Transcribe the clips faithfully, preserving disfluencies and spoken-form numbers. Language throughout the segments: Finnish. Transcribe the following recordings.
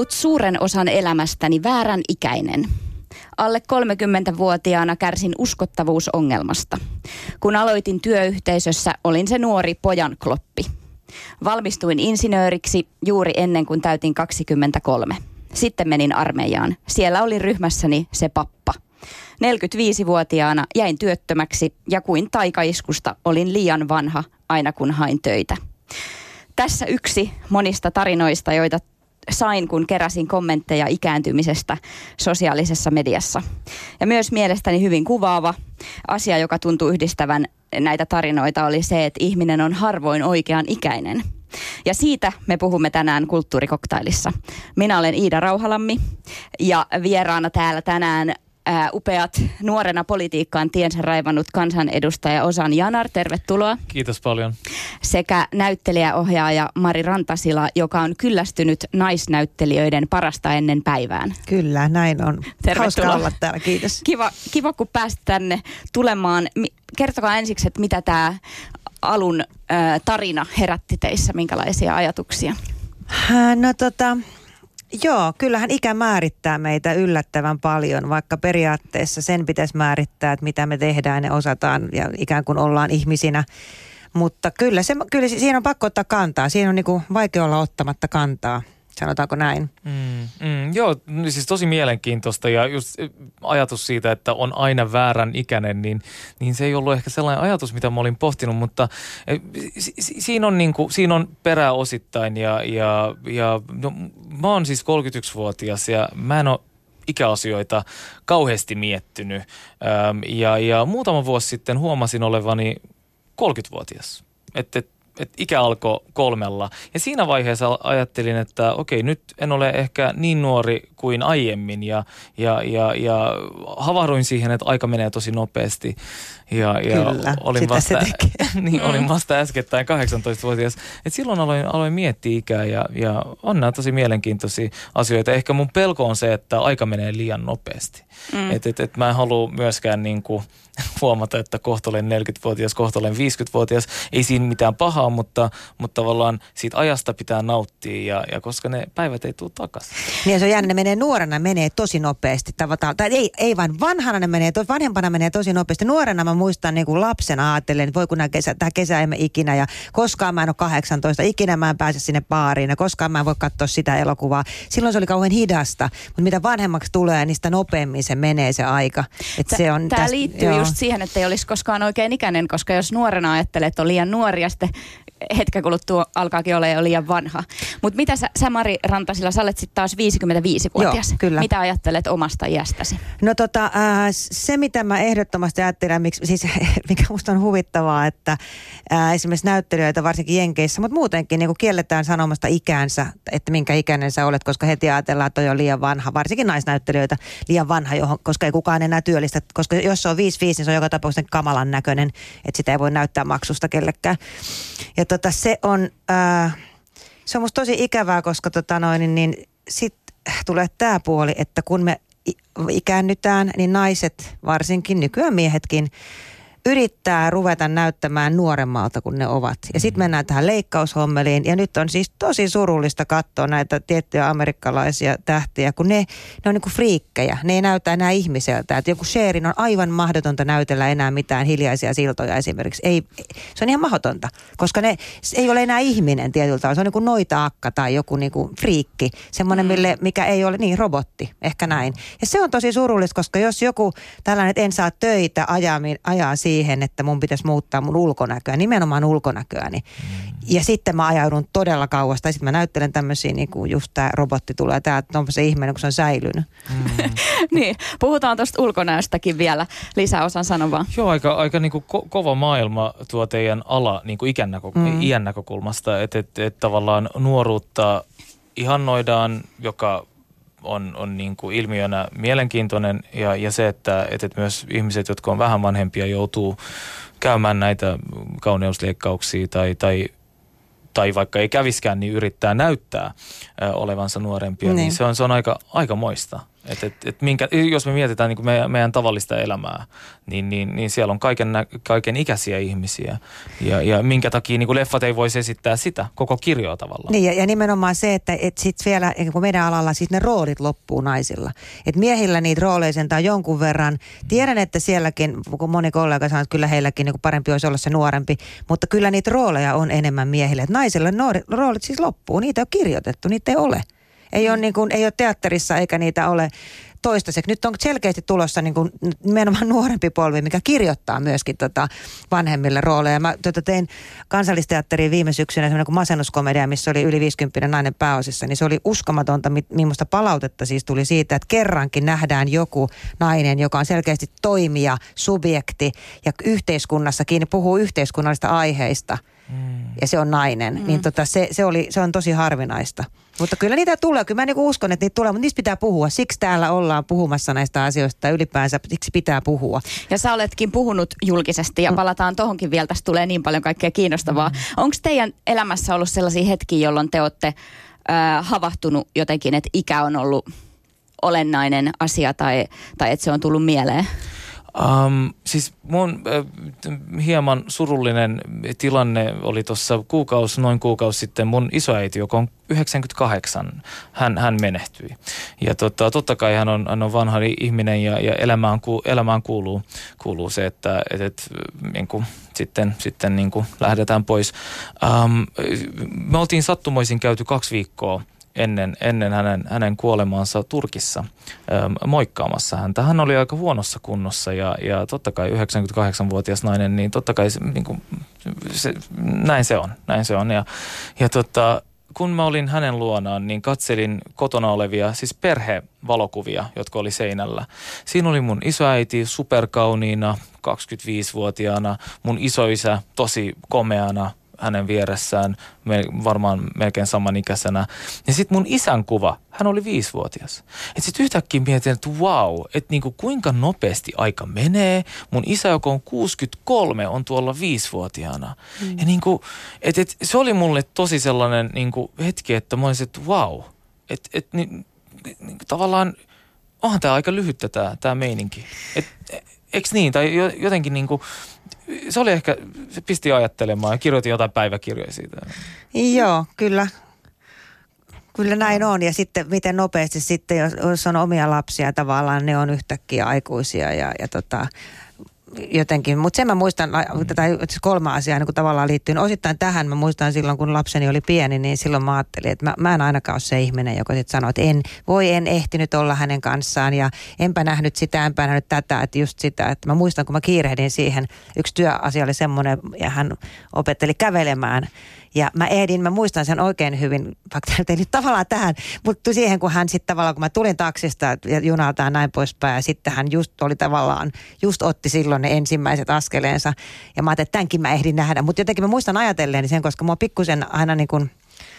ollut suuren osan elämästäni väärän ikäinen. Alle kolmekymmentävuotiaana kärsin uskottavuusongelmasta. Kun aloitin työyhteisössä, olin se nuori pojan kloppi. Valmistuin insinööriksi juuri ennen kuin täytin kaksikymmentäkolme. Sitten menin armeijaan. Siellä oli ryhmässäni se pappa. neljäkymmentäviisivuotiaana jäin työttömäksi ja kuin taikaiskusta olin liian vanha aina kun hain töitä. Tässä yksi monista tarinoista, joita sain, kun keräsin kommentteja ikääntymisestä sosiaalisessa mediassa. Ja myös mielestäni hyvin kuvaava asia, joka tuntuu yhdistävän näitä tarinoita, oli se, että ihminen on harvoin oikean ikäinen. Ja siitä me puhumme tänään Kulttuurikoktailissa. Minä olen Iida Rauhalammi ja vieraana täällä tänään ää, upeat nuorena politiikkaan tiensä raivannut kansanedustaja Ozan Yanar. Tervetuloa. Kiitos paljon. Sekä näyttelijäohjaaja Mari Rantasila, joka on kyllästynyt naisnäyttelijöiden parasta ennen päivään. Kyllä, näin on. Tervetuloa. Hauska olla täällä, kiitos. Kiva, kiva kun pääsit tänne tulemaan. Kertokaa ensiksi, että mitä tämä alun ää, tarina herätti teissä, minkälaisia ajatuksia? No tota, joo, kyllähän ikä määrittää meitä yllättävän paljon, vaikka periaatteessa sen pitäisi määrittää, että mitä me tehdään ja osataan ja ikään kuin ollaan ihmisinä. Mutta kyllä, se, kyllä siinä on pakko ottaa kantaa. Siinä on niinku vaikea olla ottamatta kantaa. Sanotaanko näin? Mm, mm, joo, siis tosi mielenkiintoista ja just ajatus siitä, että on aina väärän ikäinen, niin, niin se ei ollut ehkä sellainen ajatus, mitä mä olin pohtinut, mutta si, si, siinä, on niinku, siinä on perää osittain ja, ja, ja no, mä oon siis kolmekymmentäyksivuotias ja mä en ole ikäasioita kauheasti miettinyt ähm, ja, ja muutama vuosi sitten huomasin olevani kolmekymmentävuotias, että et, että ikä alkoi kolmella. Ja siinä vaiheessa ajattelin, että okei, nyt en ole ehkä niin nuori kuin aiemmin. Ja, ja, ja, ja havahduin siihen, että aika menee tosi nopeasti. Ja, ja Kyllä, olin sitä vasta, se tekee. niin, olin vasta äskettäin kahdeksantoistavuotias. Et silloin aloin, aloin miettiä ikää ja, ja on nämä tosi mielenkiintoisia asioita. Ehkä mun pelko on se, että aika menee liian nopeasti. Mm. Että et, et mä en halua myöskään niinku huomata, että kohta olen neljäkymmentävuotias, kohta olen viisikymmentävuotias. Ei siinä mitään pahaa, mutta, mutta tavallaan siitä ajasta pitää nauttia, ja, ja koska ne päivät ei tule takaisin. Niin ja se on jännä, ne menee nuorena, menee tosi nopeasti. Tavataan. Tai ei, ei vaan vanhana ne menee, vanhempana menee tosi nopeasti. Nuorena mä muistan niin kuin lapsena ajattelen, että voi kun kesä, tämä kesä emme ikinä, ja koskaan mä en ole kahdeksantoista, ikinä mä en pääse sinne baariin, ja koskaan mä en voi katsoa sitä elokuvaa. Silloin se oli kauhean hidasta, mutta mitä vanhemmaksi tulee, niin sitä nopeammin se menee se aika. Tämä liittyy joo. just siihen, että ei olisi koskaan oikein ikäinen, koska jos nuorena ajattelee, että on liian nuori ja sitten hetken kuluttua alkaakin olla jo liian vanha. Mutta mitä sä, sä Mari Rantasila, sä olet sitten taas viisikymmentäviisivuotias. Joo, kyllä. Mitä ajattelet omasta iästäsi? No tota, äh, se mitä mä ehdottomasti ajattelen, miksi, siis, mikä musta on huvittavaa, että äh, esimerkiksi näyttelijöitä varsinkin Jenkeissä, mutta muutenkin niin kun kielletään sanomasta ikäänsä, että minkä ikäinen sä olet, koska heti ajatellaan, että toi on liian vanha, varsinkin naisnäyttelijöitä liian vanha, johon, koska ei kukaan enää työllistä, koska jos se on viisi viisi, niin se on joka tapauksessa kamalan näköinen, että sitä ei voi näyttää maksusta kellekään. Ja tota, se on, äh, se on musta tosi ikävää, koska tota noin, niin, niin sitten tulee tämä puoli, että kun me ikäännytään, niin naiset, varsinkin nykyään miehetkin, yrittää ruveta näyttämään nuoremmalta kuin ne ovat. Ja sitten mennään tähän leikkaushommeliin. Ja nyt on siis tosi surullista katsoa näitä tiettyjä amerikkalaisia tähtiä, kun ne, ne on niin kuin friikkejä. Ne ei näytä enää ihmiseltä. Että joku Sherin on aivan mahdotonta näytellä enää mitään hiljaisia siltoja esimerkiksi. Ei, se on ihan mahdotonta, koska ne ei ole enää ihminen tietyllä tavalla. Se on niin kuin noita-akka tai joku niin kuin friikki. Semmoinen, mille, mikä ei ole niin robotti. Ehkä näin. Ja se on tosi surullista, koska jos joku tällainen, että en saa töitä ajaa, ajaa siihen, siihen, että mun pitäisi muuttaa mun ulkonäköä, nimenomaan ulkonäköäni. Mm. Ja sitten mä ajaudun todella kauas, tai sitten mä näyttelen tämmöisiä, niin kuin just tämä robotti tulee täältä, onpa se ihmeinen, kun se on säilynyt. Mm. Niin, puhutaan tuosta ulkonäöstäkin vielä lisäosan sanovaa. Joo, aika, aika niin kuin ko- kova maailma tuo teidän ala niin kuin ikän näkö- mm. iän näkökulmasta, että et, et tavallaan nuoruutta ihannoidaan, joka on, on niin kuin ilmiönä mielenkiintoinen ja, ja se, että, että myös ihmiset, jotka on vähän vanhempia, joutuu käymään näitä kauneusleikkauksia tai, tai, tai vaikka ei käviskään, niin yrittää näyttää ö, olevansa nuorempia, niin, niin se on, se on aika, aika moista. Et, et, et minkä, jos me mietitään niin kuin meidän, meidän tavallista elämää, niin, niin, niin siellä on kaiken, kaiken ikäisiä ihmisiä. Ja, ja minkä takia niin kuin leffat ei voisi esittää sitä, koko kirjoa tavallaan. Niin ja, ja nimenomaan se, että et sit vielä kun meidän alalla siis ne roolit loppuu naisilla. Et miehillä niitä rooleja sentään jonkun verran. Tiedän, että sielläkin, kun moni kollega sanoo, että kyllä heilläkin niin kuin parempi olisi olla se nuorempi, mutta kyllä niitä rooleja on enemmän miehille. Et naisilla ne roolit siis loppuu, niitä ei ole kirjoitettu, niitä ei ole. Ei ole, niin kuin, ei ole teatterissa eikä niitä ole toistaiseksi. Nyt on selkeästi tulossa niin kuin nimenomaan nuorempi polvi, mikä kirjoittaa myöskin tota vanhemmille rooleja. Mä tota, tein Kansallisteatteriin viime syksynä semmoinen kuin masennuskomedia, missä oli yli viisikymppinen nainen pääosissa. Niin se oli uskomatonta, millaista palautetta siis tuli siitä, että kerrankin nähdään joku nainen, joka on selkeästi toimija, subjekti ja yhteiskunnassakin puhuu yhteiskunnallista aiheista. Mm. Ja se on nainen, mm. niin tota, se, se, oli, se on tosi harvinaista. Mutta kyllä niitä tulee, kyllä mä niinku uskon, että niitä tulee, mutta niistä pitää puhua. Siksi täällä ollaan puhumassa näistä asioista ylipäänsä, siksi pitää puhua. Ja sä oletkin puhunut julkisesti ja palataan tohonkin vielä, tästä tulee niin paljon kaikkea kiinnostavaa. Mm. Onko teidän elämässä ollut sellaisia hetkiä, jolloin te olette äh, havahtunut jotenkin, että ikä on ollut olennainen asia tai, tai että se on tullut mieleen? Um, siis mun äh, hieman surullinen tilanne oli tuossa kuukausi, noin kuukausi sitten mun isoäiti, joka on yhdeksänkymmentäkahdeksan, hän, hän menehtyi. Ja tota, totta kai hän on, hän on vanha ihminen ja, ja elämään, ku, elämään kuuluu, kuuluu se, että et, et, niin kuin, sitten, sitten niin kuin lähdetään pois. Um, me oltiin sattumoisin käyty kaksi viikkoa ennen, ennen hänen, hänen kuolemaansa Turkissa ähm, moikkaamassa häntä. Hän oli aika huonossa kunnossa ja, ja totta kai yhdeksänkymmentäkahdeksanvuotias nainen, niin totta kai se, niin kuin, se, näin se on. Näin se on. Ja, ja tota, kun mä olin hänen luonaan, niin katselin kotona olevia, siis perhevalokuvia, jotka oli seinällä. Siinä oli mun isoäiti superkauniina, kaksikymmentäviisivuotiaana, mun isoisä tosi komeana, hänen vieressään, varmaan melkein samanikäisenä. Ja sitten mun isän kuva, hän oli viisivuotias. Että sitten yhtäkkiä mietin, että wow, että niinku kuinka nopeasti aika menee. Mun isä, joka on kuusikymmentäkolme, on tuolla viisivuotiaana. Mm. Ja niinku, että et, se oli mulle tosi sellainen niinku hetki, että mä olisin, että wow. Että et, ni, ni, tavallaan, onhan tää aika lyhyttä tää, tää meininki. Että eikö niin? Tai jotenkin niinku, se oli ehkä, se pisti ajattelemaan ja kirjoitin jotain päiväkirjoja siitä. Joo, kyllä. Kyllä näin on. Ja sitten miten nopeasti sitten, jos, jos on omia lapsia tavallaan, ne on yhtäkkiä aikuisia ja, ja tota, jotenkin. Mutta sen mä muistan, tätä kolme asiaa niin kun tavallaan liittyy osittain tähän. Mä muistan silloin, kun lapseni oli pieni, niin silloin mä ajattelin, että mä, mä en ainakaan ole se ihminen, joka sitten sanoo, että en, voi en ehtinyt olla hänen kanssaan ja enpä nähnyt sitä, enpä nähnyt tätä, että just sitä. Että mä muistan, kun mä kiirehdin siihen, yksi työasia oli semmoinen ja hän opetteli kävelemään. Ja mä ehdin, mä muistan sen oikein hyvin, vaikka tein nyt tavallaan tähän, mutta siihen kun hän sitten tavallaan, kun mä tulin taksista ja junalta ja näin poispäin, ja sitten hän just oli tavallaan, just otti silloin ne ensimmäiset askeleensa. Ja mä ajattelin, että tämänkin mä ehdin nähdä, mutta jotenkin mä muistan ajatelleeni sen, koska mua pikkusen aina niin kuin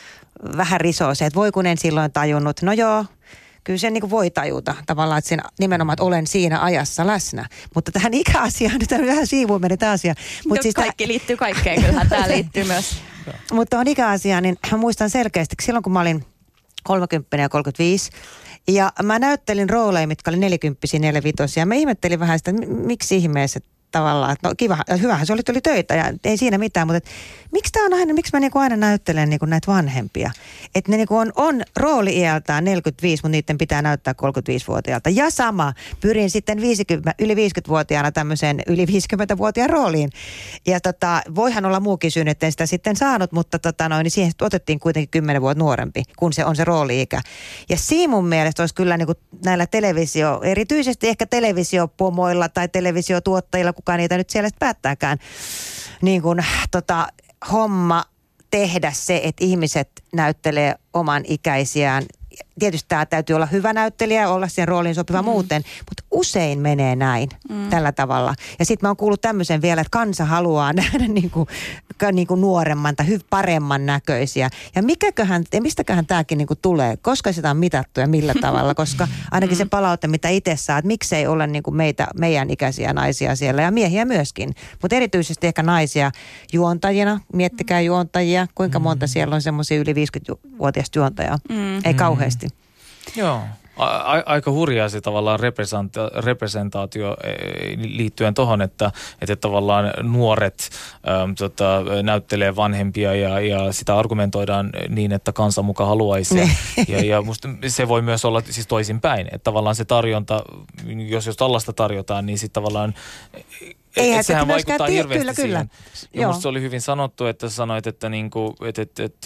vähän risoo se, että voi kun en silloin tajunnut, no joo. Kyllä sen niin kuin voi tajuta tavallaan, että sen nimenomaan, että olen siinä ajassa läsnä. Mutta tähän ikäasiaan, nyt on vähän siivuun meni tämä asia. Mut siis kaikki täh... liittyy kaikkeen, kyllähän tämä liittyy myös. Mutta on ikäasia, niin mä muistan selkeästi, silloin kun mä olin kolmekymmentä ja kolmekymmentäviisi, ja mä näyttelin rooleja, mitkä oli nelikymppisiä, neljävitosia. Mä ihmettelin vähän sitä, että miksi ihmeessä tavallaan, että no kiva, hyvähän se oli, tuli töitä ja ei siinä mitään, mutta et, miksi tämä on aina, miksi mä niinku aina näyttelen niinku näitä vanhempia? Että ne niinku on, on rooli-iältään neljäkymmentäviisi, mutta niiden pitää näyttää kolmekymmentäviisivuotiaalta. Ja sama, pyrin sitten viisikymmentä, yli viisikymmentävuotiaana tämmöiseen yli viisikymmentävuotiaan rooliin. Ja tota, voihan olla muukin syyn, etten sitä sitten saanut, mutta tota noin, niin siihen otettiin kuitenkin kymmenen vuotta nuorempi, kun se on se rooli-ikä. Ja siinä mun mielestä olisi kyllä niinku näillä televisio, erityisesti ehkä televisiopomoilla tai televisiotuottajilla, kukaan niitä nyt siellä päättääkään, niin kuin tota, homma tehdä se, että ihmiset näyttelee oman ikäisiään. Tietysti tämä täytyy olla hyvä näyttelijä ja olla siihen rooliin sopiva mm. muuten, mutta usein menee näin, mm. tällä tavalla. Ja sitten mä oon kuullut tämmöisen vielä, että kansa haluaa nähdä niin kuin, niin kuin nuoremman tai hy- paremman näköisiä. Ja mikäköhän, mistäköhän tämäkin niin kuin tulee, koska sitä on mitattu ja millä tavalla, koska ainakin se palaute, mitä itse saa, että miksei ole niin kuin meitä, meidän ikäisiä naisia siellä ja miehiä myöskin. Mutta erityisesti ehkä naisia juontajina, miettikää juontajia, kuinka monta siellä on semmoisia yli viisikymmentävuotiaista juontajaa. Mm. Ei kauheasti. Joo. A- aika hurjaa se tavallaan representa- representaatio liittyen tuohon, että, että tavallaan nuoret äm, tota, näyttelee vanhempia ja, ja sitä argumentoidaan niin, että kansa muka haluaisi. Ja, ja, ja musta se voi myös olla siis toisinpäin, että tavallaan se tarjonta, jos jos tällaista tarjotaan, niin sitten tavallaan Eihän et sehän se vaikuttaa tie- hirveästi kyllä, kyllä. siihen. Ja Joo. musta se oli hyvin sanottu, että sanoit, että niinku, et, et, et,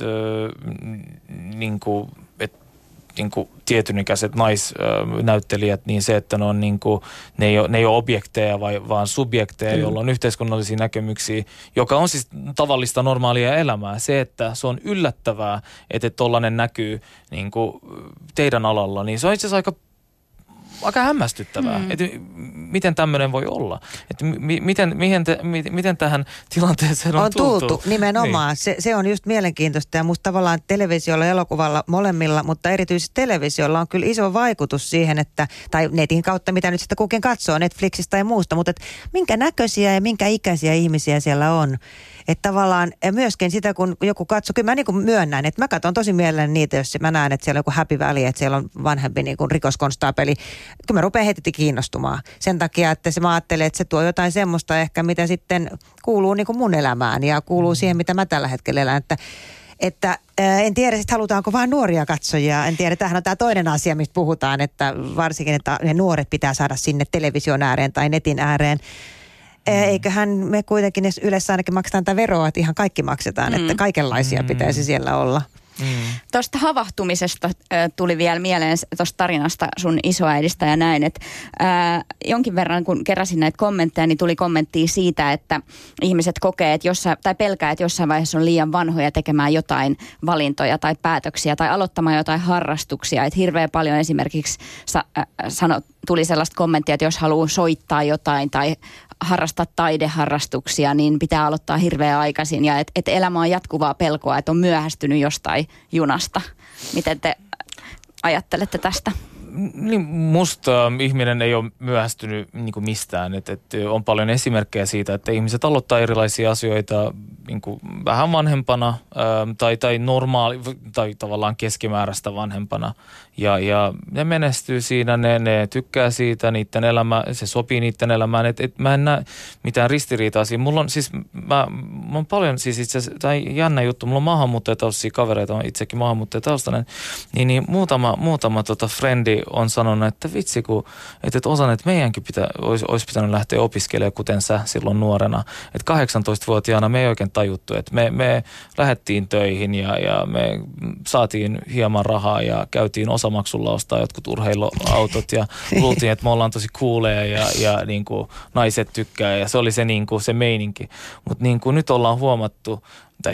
niinku, et, niinku tietynikäiset naisnäyttelijät, niin se, että ne, on niinku, ne, ei ole, ne ei ole objekteja, vai, vaan subjekteja, mm. joilla on yhteiskunnallisia näkemyksiä, joka on siis tavallista normaalia elämää. Se, että se on yllättävää, että tollainen näkyy niinku, teidän alalla, niin se on itse asiassa aika aika hämmästyttävää, mm. että miten tämmöinen voi olla. Että mi- miten, miten, te, mi- miten tähän tilanteeseen on, on tultu. tultu. Nimenomaan. Niin. Se, se on just mielenkiintoista ja musta tavallaan televisiolla ja elokuvalla molemmilla, mutta erityisesti televisiolla on kyllä iso vaikutus siihen, että, tai netin kautta, mitä nyt sitten kukin katsoo, Netflixistä tai muusta, mutta et minkä näköisiä ja minkä ikäisiä ihmisiä siellä on. Että tavallaan ja myöskin sitä, kun joku katsoo, kyllä mä niin kuin myönnän, että mä katson tosi mielelläni niitä, jos mä näen, että siellä on joku Happy Valley, että siellä on vanhempi niin kuin rikoskonstaapeli. Kyllä mä rupean heti kiinnostumaan sen takia, että se mä ajattelen, että se tuo jotain semmoista ehkä, mitä sitten kuuluu niin kuin mun elämään ja kuuluu siihen, mitä mä tällä hetkellä elän, että Että ää, en tiedä, sitten halutaanko vaan nuoria katsojia. En tiedä, tämähän on tämä toinen asia, mistä puhutaan, että varsinkin, että ne nuoret pitää saada sinne television ääreen tai netin ääreen. Mm. Eiköhän me kuitenkin Ylessä ainakin maksetaan tätä veroa, että ihan kaikki maksetaan, mm. että kaikenlaisia mm. pitäisi siellä olla. Mm. Tuosta havahtumisesta äh, tuli vielä mieleen tuosta tarinasta sun isoäidistä ja näin, että äh, jonkin verran kun keräsin näitä kommentteja, niin tuli kommenttia siitä, että ihmiset kokee, että jossain, tai pelkää, että jossain vaiheessa on liian vanhoja tekemään jotain valintoja tai päätöksiä tai aloittamaan jotain harrastuksia. Että hirveän paljon esimerkiksi sa- äh, sano, tuli sellaista kommenttia, että jos haluaa soittaa jotain tai harrastaa taideharrastuksia, niin pitää aloittaa hirveän aikaisin ja että et elämä on jatkuvaa pelkoa, että on myöhästynyt jostain junasta. Miten te ajattelette tästä? Niin, musta ihminen ei ole myöhästynyt niin kuin mistään. Et, et on paljon esimerkkejä siitä, että ihmiset aloittaa erilaisia asioita niin kuin vähän vanhempana ää, tai, tai normaali tai tavallaan keskimääräistä vanhempana. Ja, ja ne menestyy siinä, ne, ne tykkää siitä, niiden elämä, se sopii niiden elämään. Et, et mä en näe mitään ristiriitaa siinä. Mulla on siis, mä, mä on paljon siis itse asiassa, tai jännä juttu, mulla on maahanmuuttajataustaisia kavereita, on itsekin maahanmuuttajataustainen, niin, niin muutama, muutama tota frendi on sanonut, että vitsi kun, että, että osan, että meidänkin pitä, olisi, olisi pitänyt lähteä opiskelemaan, kuten sä silloin nuorena. Että kahdeksantoistavuotiaana me ei oikein tajuttu, että me, me lähdettiin töihin ja, ja me saatiin hieman rahaa ja käytiin osamaksulla ostaa jotkut urheiluautot ja luultiin, että me ollaan tosi cooleja ja, ja niin kuin naiset tykkää ja se oli se, niin kuin, se meininki. Mutta niin kuin nyt ollaan huomattu, tai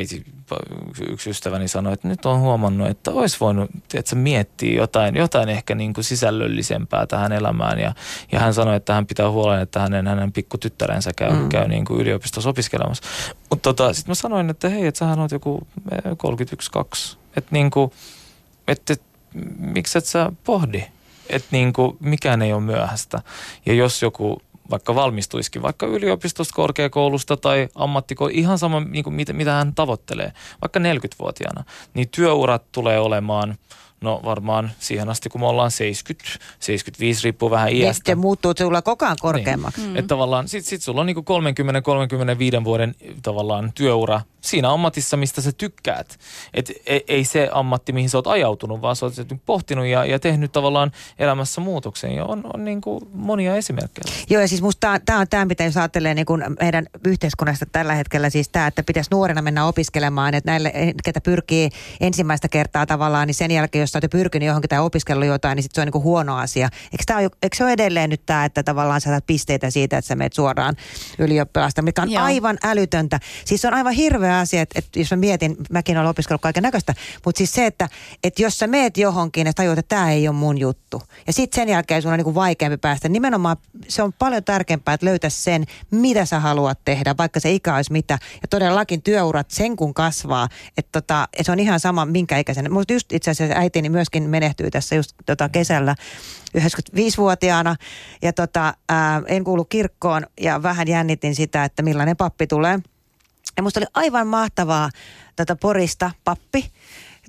yksi ystäväni sanoi, että nyt on huomannut, että olisi voinut että miettiä jotain, jotain ehkä niin kuin sisällöllisempää tähän elämään. Ja, ja hän sanoi, että hän pitää huolen, että hänen, hänen pikkutyttärensä käy, mm. käy niin kuin yliopistossa opiskelemassa. Mutta tota, sitten mä sanoin, että hei, että sähän oot joku kolmekymmentäyksi kaksi. Että niin kuin, että et, miksi et sä pohdi, että niin kuin mikään ei ole myöhäistä. Ja jos joku vaikka valmistuisikin vaikka yliopistosta, korkeakoulusta tai ammattikoulusta, ihan sama niin kuin mitä, mitä hän tavoittelee, vaikka neljäkymmentävuotiaana, niin työurat tulee olemaan, no varmaan siihen asti, kun me ollaan seitsemänkymmentä, seitsemänkymmentäviisi, riippuu vähän iästä. Se muuttuu sulla koko ajan korkeammaksi. Niin. Mm. Että tavallaan sit, sit sulla on niinku kolmekymmentä kolmekymmentäviisi vuoden tavallaan työura siinä ammatissa, mistä sä tykkäät. Et ei, ei se ammatti, mihin sä oot ajautunut, vaan sä oot pohtinut ja, ja tehnyt tavallaan elämässä muutoksen. Ja on, on niinku monia esimerkkejä. Joo, ja siis musta tämä on tämä, mitä jos ajattelee niin kuin meidän yhteiskunnasta tällä hetkellä, siis tämä, että pitäisi nuorena mennä opiskelemaan, että näille, ketä pyrkii ensimmäistä kertaa tavallaan, niin sen jälkeen, jos sä oot jo pyrkinyt johonkin tai opiskellut jotain, niin sit se on niin kuin huono asia. Eikö, tää ole, eikö se ole edelleen nyt tämä, että tavallaan sä saat pisteitä siitä, että sä menet suoraan ylioppilasta, mikä on Joo. aivan älytöntä. Siis se on aivan hirveä asia, että, että jos mä mietin, mäkin olen opiskellut kaiken näköistä, mutta siis se, että, että jos sä meet johonkin ja tajuat, että tämä ei ole mun juttu. Ja sitten sen jälkeen sun on niin kuin vaikeampi päästä. Nimenomaan se on paljon tärkeämpää, että löytäisi sen, mitä sä haluat tehdä, vaikka se ikä olisi mitä. Ja todellakin työurat sen kun kasvaa, että, tota, että se on ihan sama minkä ikäisen. Musta just itse asiassa äitini myöskin menehtyy tässä just tota kesällä yhdeksänkymmentäviisivuotiaana ja tota, ää, en kuulu kirkkoon ja vähän jännitin sitä, että millainen pappi tulee. Ja musta oli aivan mahtavaa tätä Porista pappi.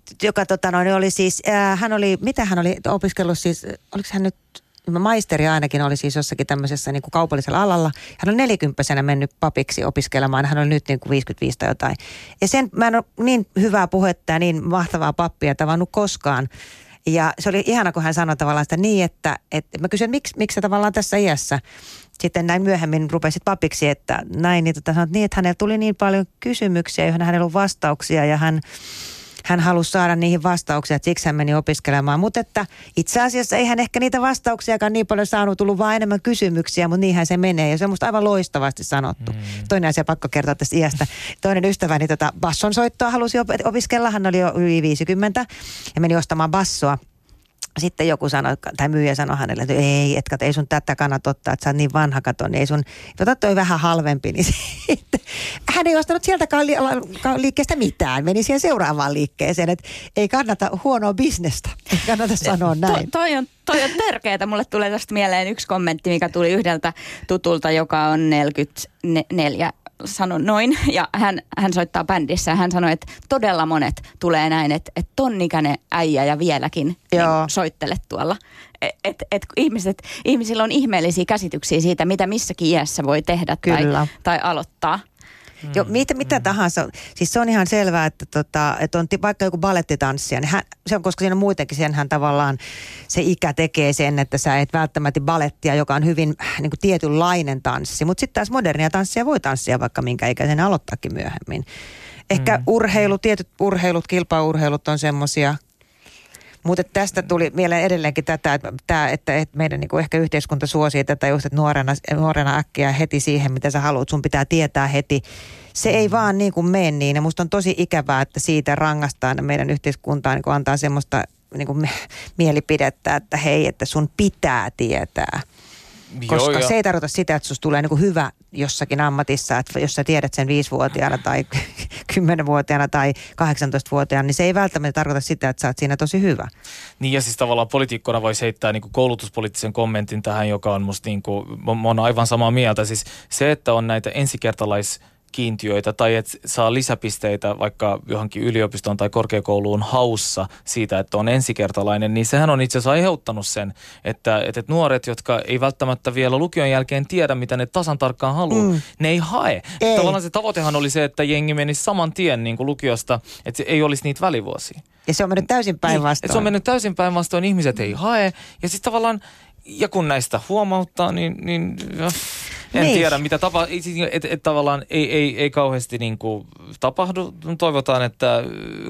joka tota noin oli siis, äh, hän oli, mitä hän oli opiskellut siis, oliko hän nyt, maisteri ainakin oli siis jossakin tämmöisessä niin kuin kaupallisella alalla. Hän on nelikymppisenä mennyt papiksi opiskelemaan, hän oli nyt niin kuin viisikymmentäviisi tai jotain. Ja sen, mä en ole niin hyvää puhetta ja niin mahtavaa pappia tavannut koskaan. Ja se oli ihana, kun hän sanoi tavallaan sitä niin, että, että mä kysyin, että miksi, miksi sä tavallaan tässä iässä sitten näin myöhemmin rupesit papiksi, että näin, niin tota sanoit niin, että hänellä tuli niin paljon kysymyksiä, joihin hänellä on vastauksia ja hän, hän halusi saada niihin vastauksia, että siksi hän meni opiskelemaan. Mutta että itse asiassa ei hän ehkä niitä vastauksiakaan niin paljon saanut, tullut vaan enemmän kysymyksiä, mutta niinhän se menee ja se on musta aivan loistavasti sanottu. Mm. Toinen asia pakko kertoa tästä iästä. Toinen ystäväni tota bassonsoittoa halusi opiskella, hän oli jo yli viisikymmentä ja meni ostamaan bassoa. Sitten joku sanoi, tai myyjä sanoi hänelle, että ei, et kato, ei sun tätä kannata ottaa, että sä oot niin vanha, kato, niin ei sun, ota toi vähän halvempi, niin sitten hän ei ostanut sieltäkään li- liikkeestä mitään, meni siihen seuraavaan liikkeeseen, että ei kannata huonoa bisnestä, ei kannata sanoa näin. To, toi on, toi on tärkeää, mulle tulee tästä mieleen yksi kommentti, mikä tuli yhdeltä tutulta, joka on neljäkymmentäneljä. Sanon noin, ja hän, hän soittaa bändissä ja hän sanoi, että todella monet tulee näin, että, että tonnikäinen äijä ja vieläkin niin soittelet tuolla. Et, et, et ihmiset, ihmisillä on ihmeellisiä käsityksiä siitä, mitä missäkin iässä voi tehdä tai, tai aloittaa. Mm. Jo, mitä, mitä mm. tahansa. Siis se on ihan selvää, että, tota, että on vaikka joku balettitanssija, niin hän, se on, koska siinä on muutenkin senhän tavallaan se ikä tekee sen, että sä et välttämättä balettia, joka on hyvin niin kuin tietynlainen tanssi. Mutta sitten taas modernia tanssia voi tanssia vaikka minkä ikäisen aloittaakin myöhemmin. Ehkä mm. urheilu, tietyt urheilut, kilpaurheilut on semmoisia. Mutta tästä tuli mieleen edelleenkin tätä, että, että, että, että meidän niin kuin ehkä yhteiskunta suosii tätä just, että nuorena, nuorena äkkiä heti siihen, mitä sä haluat. Sun pitää tietää heti. Se ei vaan niin kuin mene niin. Ja musta on tosi ikävää, että siitä rangaistaan meidän yhteiskuntaa, niin kuin antaa semmoista niin kuin mielipidettä, että hei, että sun pitää tietää. Koska Joo, se ei tarkoita sitä, että susta tulee niin kuin hyvä jossakin ammatissa, että jos sä tiedät sen viisivuotiaana tai kymmenvuotiaana tai kahdeksantoistavuotiaana, niin se ei välttämättä tarkoita sitä, että sä oot siinä tosi hyvä. Niin ja siis tavallaan poliitikkona voisi heittää niin kuin koulutuspoliittisen kommentin tähän, joka on musta niin kuin, mä oon aivan samaa mieltä. Siis se, että on näitä ensikertalais kiintiöitä tai että saa lisäpisteitä vaikka johonkin yliopistoon tai korkeakouluun haussa siitä, että on ensikertalainen, niin sehän on itse asiassa aiheuttanut sen, että, että nuoret, jotka ei välttämättä vielä lukion jälkeen tiedä, mitä ne tasan tarkkaan haluaa, mm. ne ei hae. Ei. Tavallaan se tavoitehan oli se, että jengi menisi saman tien niin kuin lukiosta, että ei olisi niitä välivuosia. Ja se on mennyt täysin päinvastoin. Niin, se on mennyt täysin päinvastoin, ihmiset ei hae ja siis tavallaan, ja kun näistä huomauttaa, niin... niin En niin. tiedä, mitä tapahtuu. Että et tavallaan ei, ei, ei kauheasti niin kuin tapahdu. Toivotaan, että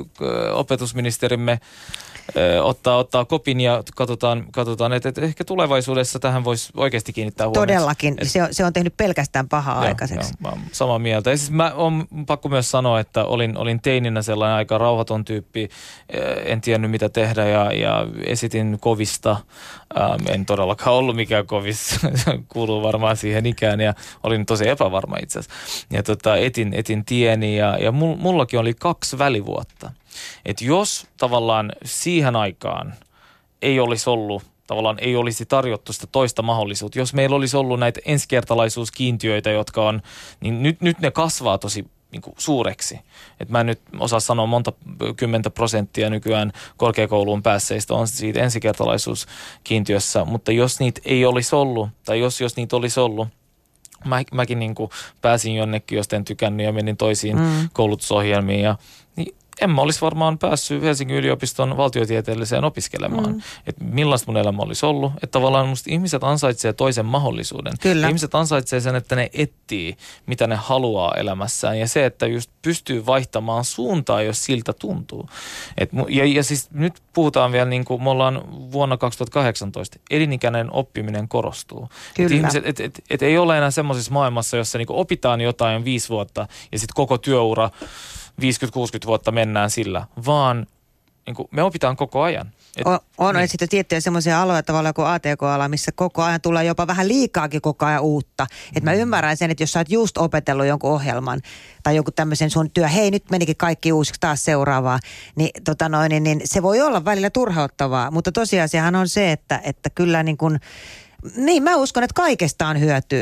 opetusministerimme ö, ottaa, ottaa kopin ja katsotaan, katsotaan että et ehkä tulevaisuudessa tähän voisi oikeasti kiinnittää huomiota. Todellakin. Et, se, on, se on tehnyt pelkästään pahaa joo, aikaiseksi. Joo, mä samaa mieltä. Ja siis mä on pakko myös sanoa, että olin, olin teininä sellainen aika rauhaton tyyppi. En tiennyt, mitä tehdä ja, ja esitin kovista. Ähm, en todellakaan ollut mikään kovis. Kuuluu varmaan siihen ikään ja olin tosi epävarma itse asiassa. Ja tota, etin, etin tieni ja, ja mullakin oli kaksi välivuotta. Että jos tavallaan siihen aikaan ei olisi ollut, tavallaan ei olisi tarjottu sitä toista mahdollisuutta, jos meillä olisi ollut näitä ensikertalaisuuskiintiöitä, jotka on, niin nyt, nyt ne kasvaa tosi niin kuin suureksi. Et mä en nyt osaa sanoa monta kymmentä prosenttia nykyään korkeakouluun päässeistä on siitä ensikertalaisuuskiintiössä, mutta jos niitä ei olisi ollut, tai jos, jos niitä olisi ollut, mä, mäkin niin kuin pääsin jonnekin, jos en tykännyt ja menin toisiin mm. koulutusohjelmiin ja niin en mä olisi varmaan päässyt Helsingin yliopiston valtiotieteelliseen opiskelemaan. Mm. Että millaista mun elämä olisi ollut. Että tavallaan musta ihmiset ansaitsee toisen mahdollisuuden. Kyllä. Ihmiset ansaitsee sen, että ne etsii, mitä ne haluaa elämässään. Ja se, että just pystyy vaihtamaan suuntaa, jos siltä tuntuu. Et, ja, ja siis nyt puhutaan vielä niin kuin me ollaan vuonna kaksituhattakahdeksantoista. Elinikäinen oppiminen korostuu. Että ihmiset, et, et, et ei ole enää semmoisessa maailmassa, jossa niin kuin opitaan jotain viisi vuotta ja sitten koko työura viisikymmentä kuusikymmentä vuotta mennään sillä, vaan niin kuin me opitaan koko ajan. Et, on, on niin. Sitten tiettyjä semmoisia aloja tavallaan kuin A T K-ala, missä koko ajan tulee jopa vähän liikaakin koko ajan uutta. Että mä ymmärrän sen, että jos sä oot just opetellut jonkun ohjelman tai jonkun tämmöisen sun työ, hei nyt menikin kaikki uusiksi taas seuraavaa, niin, tota noin, niin, niin se voi olla välillä turhauttavaa. Mutta tosiasiahan on se, että, että kyllä niin kuin, niin mä uskon, että kaikesta on hyötyä.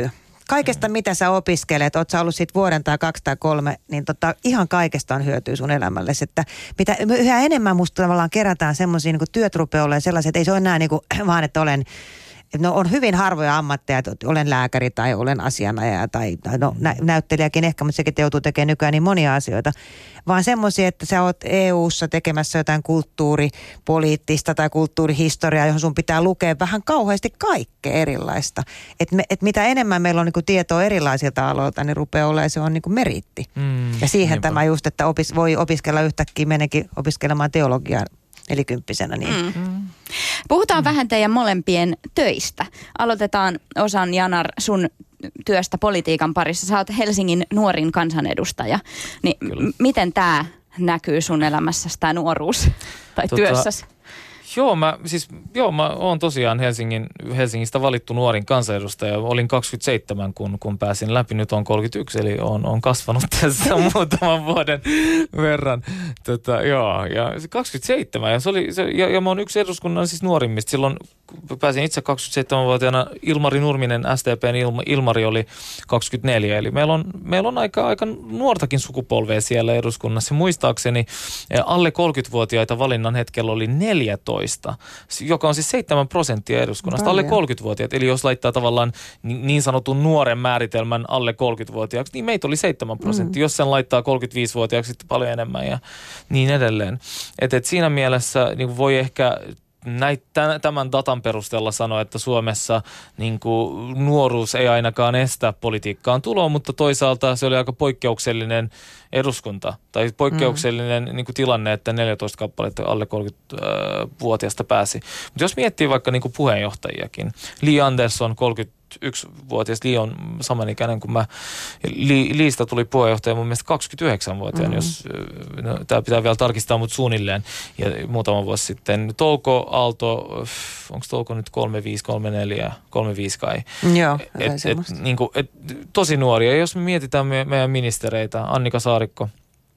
Kaikesta, mitä sä opiskelet, oot sä ollut sit vuoden tai kaksi tai kolme, niin tota, ihan kaikesta on hyötyä sun elämällesi. Että mitä yhä enemmän musta tavallaan kerätään semmoisia, niin kuin työt rupeaa olemaan sellaisia, että ei se ole enää niin kuin, vaan, että olen, no on hyvin harvoja ammatteja, että olen lääkäri tai olen asianajaja tai no, nä- näyttelijäkin ehkä, mutta sekin joutuu tekemään nykyään niin monia asioita. Vaan semmoisia, että sä oot E U:ssa tekemässä jotain kulttuuripoliittista tai kulttuurihistoriaa, johon sun pitää lukea vähän kauheasti kaikkea erilaista. Että et mitä enemmän meillä on niinku tietoa erilaisilta aloilta, niin rupeaa olemaan, se on niinku meriitti. Mm, ja siihen niinpä. Tämä just, että opis, voi opiskella yhtäkkiä, menekin opiskelemaan teologiaa nelikymppisenä. Niin. Mm. Puhutaan mm. vähän teidän molempien töistä. Aloitetaan Osan Janar sun työstä politiikan parissa. Sä oot Helsingin nuorin kansanedustaja. Niin m- miten tämä näkyy sun elämässäsi, tämä nuoruus tai tota, työssäsi? Joo, mä, siis, joo, mä oon tosiaan Helsingin, Helsingistä valittu nuorin kansanedustaja. Olin kaksikymmentäseitsemän, kun, kun pääsin läpi. Nyt on kolmekymmentäyksi, eli on, on kasvanut tässä muutaman vuoden verran. Tota, joo, ja kaksikymmentäseitsemän, ja, se oli, se, ja, ja mä oon yksi eduskunnan siis nuorimmista. Silloin pääsin itse kaksikymmentäseitsemänvuotiaana, Ilmari Nurminen, S D P:n Ilma, Ilmari oli kaksikymmentäneljä. Eli meillä on, meillä on aika, aika nuortakin sukupolvea siellä eduskunnassa. Muistaakseni alle kolmekymmentävuotiaita valinnan hetkellä oli neljätoista, joka on siis seitsemän prosenttia eduskunnasta. Paljon. Alle kolmekymmentävuotiaat, eli jos laittaa tavallaan niin sanotun nuoren määritelmän alle kolmekymmentävuotiaaksi, niin meitä oli seitsemän prosenttia. Mm. Jos sen laittaa kolmekymmentäviisivuotiaaksi, sitten paljon enemmän ja niin edelleen. Et, et siinä mielessä niin voi ehkä näit, tämän datan perusteella sanoa, että Suomessa niin kuin nuoruus ei ainakaan estä politiikkaan tuloa, mutta toisaalta se oli aika poikkeuksellinen eduskunta tai poikkeuksellinen mm. niin kuin tilanne, että neljätoista kappaletta alle kolmekymmentävuotiaasta pääsi. Mutta jos miettii vaikka niin kuin puheenjohtajiakin, Li Andersson, kolmekymmentäyksivuotias, Li on samanikäinen kuin mä. Li, Liista tuli puheenjohtaja mun mielestä kaksikymmentäyhdeksänvuotiaan, mm. jos no, tämä pitää vielä tarkistaa, mutta suunnilleen. Ja muutama vuosi sitten Touko Aalto, onko Touko nyt kolmekymmentäviisi, kolmekymmentäneljä, kolmekymmentäviisi kai? Joo, et, et, niin kuin, et, tosi nuoria. Ja jos me mietitään me, meidän ministereitä, Annika Saarikko,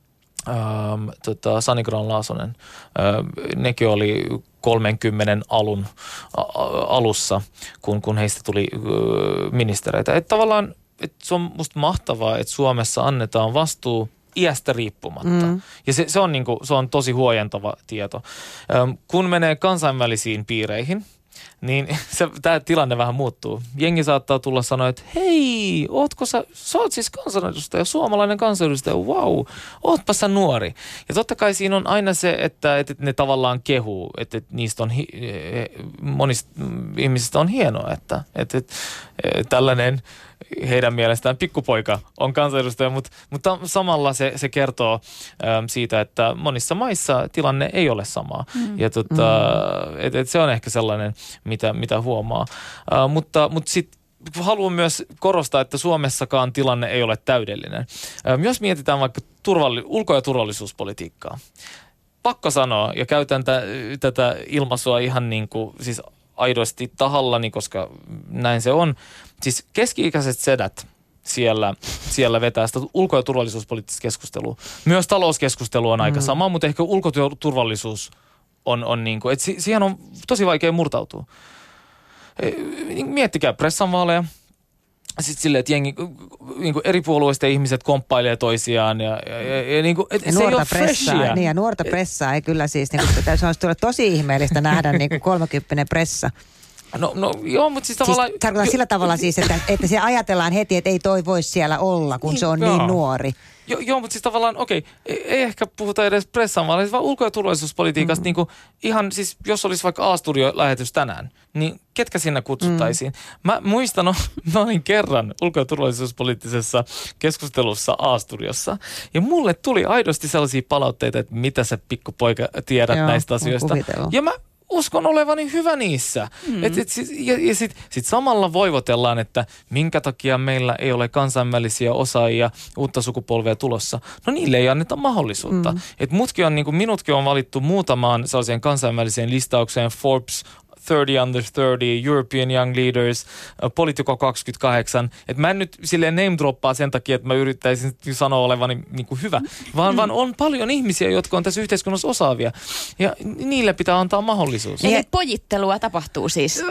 Ähm, tota, Sanni Grahn-Laasonen, ähm, nekin oli kolmenkymmenen alun a, alussa, kun, kun heistä tuli äh, ministereitä. Että tavallaan et se on musta mahtavaa, että Suomessa annetaan vastuu iästä riippumatta. Mm. Ja se, se, on niinku, se on tosi huojentava tieto. Ähm, kun menee kansainvälisiin piireihin, niin tämä tilanne vähän muuttuu. Jengi saattaa tulla sanoa, että hei, ootko sä, sä oot siis kansanedustaja, suomalainen kansanedustaja, wow, ootpa sä nuori. Ja totta kai siinä on aina se, että, että ne tavallaan kehuu, että, että niistä on, monista ihmisistä on hienoa, että, että, että tällainen heidän mielestään pikkupoika on kansanedustaja, mutta, mutta samalla se, se kertoo äm, siitä, että monissa maissa tilanne ei ole samaa. Mm. Ja tota, mm. et, et se on ehkä sellainen, mitä, mitä huomaa. Äh, mutta mutta sitten haluan myös korostaa, että Suomessakaan tilanne ei ole täydellinen. Ähm, jos mietitään vaikka turvalli- ulko- ja turvallisuuspolitiikkaa, pakko sanoa, ja käytän t- tätä ilmaisua ihan niin kuin, siis aidosti tahallani, koska näin se on. Siis keski-ikäiset sedät siellä, siellä vetää sitä ulko- ja turvallisuuspoliittista keskustelua. Myös talouskeskustelu on aika mm. sama, mutta ehkä ulkoturvallisuus on, on niin kuin, että si- siihen on tosi vaikea murtautua. Miettikää pressanvaaleja. Sitten silleen, että jengi, niin kuin eri puolueisten ihmiset komppailee toisiaan ja, ja, ja, ja niin kuin, et ja se ei ole freshia. Niin ja nuorta pressaa ei kyllä siis, niin kuin, se olisi tosi ihmeellistä nähdä niin kuin kolmekymppinen pressa. No, no joo, mutta siis tavallaan... Siis tarkoitan sillä tavalla siis, että, että se ajatellaan heti, että ei toi voisi siellä olla, kun niin, se on joo. niin nuori. Jo, joo, mutta siis tavallaan, okei, ei, ei ehkä puhuta edes pressaan, vaan siis vaan ulko- ja turvallisuuspolitiikasta, mm. niin kuin ihan siis, jos olisi vaikka A-studio-lähetys tänään, niin ketkä sinne kutsuttaisiin? Mm. Mä muistan, no, mä olin kerran ulko- ja turvallisuuspoliittisessa keskustelussa A-studiossa, ja mulle tuli aidosti sellaisia palautteita, että mitä sä pikkupoika tiedät joo, näistä asioista. Ja mä uskon olevani hyvä niissä. Mm. Et, et, sit, ja ja sitten sit samalla voivotellaan, että minkä takia meillä ei ole kansainvälisiä osaajia, uutta sukupolvea tulossa. No niille ei anneta mahdollisuutta. Mm. Et mutkin on, niin kuin minutkin on valittu muutamaan sellaiseen kansainväliseen listaukseen, Forbes thirty under thirty, European Young Leaders, Politico kaksikymmentäkahdeksan. Että mä en nyt silleen name droppaa sen takia, että mä yrittäisin sanoa olevani niin kuin hyvä, vaan, mm. vaan on paljon ihmisiä, jotka on tässä yhteiskunnassa osaavia. Ja niille pitää antaa mahdollisuus. Eli pojittelua tapahtuu siis? Äh,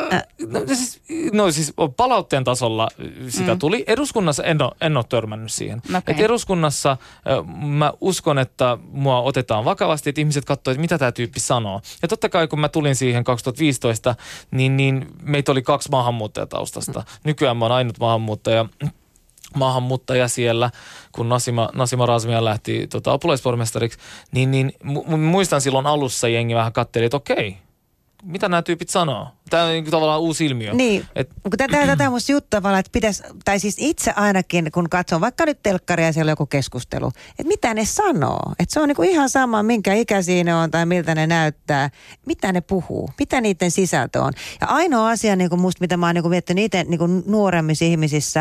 No siis, no siis palautteen tasolla sitä mm. tuli. Eduskunnassa en ole, en ole törmännyt siihen. Okay. Et eduskunnassa mä uskon, että mua otetaan vakavasti, että ihmiset katsoivat, että mitä tämä tyyppi sanoo. Ja totta kai kun mä tulin siihen kaksituhattaviisitoista, niin, niin meitä oli kaksi maahanmuuttajataustasta. Nykyään mä oon ainut maahanmuuttaja. maahanmuuttaja siellä, kun Nasima, Nasima Razmia lähti tota, apulaispormestariksi, niin, niin mu- muistan silloin alussa jengi vähän katseli, että okei, mitä nämä tyypit sanoo? Tämä on niin tavallaan uusi ilmiö. Niin, Et, tätä, tätä on musta juttu tavallaan, että pitäisi, tai siis itse ainakin, kun katson vaikka nyt telkkaria ja siellä on joku keskustelu, että mitä ne sanoo. Että se on niinku ihan sama, minkä ikäisiä ne on tai miltä ne näyttää, mitä ne puhuu, mitä niiden sisältö on. Ja ainoa asia niinku musta, mitä mä oon niinku miettinyt itse niinku nuoremmissa ihmisissä,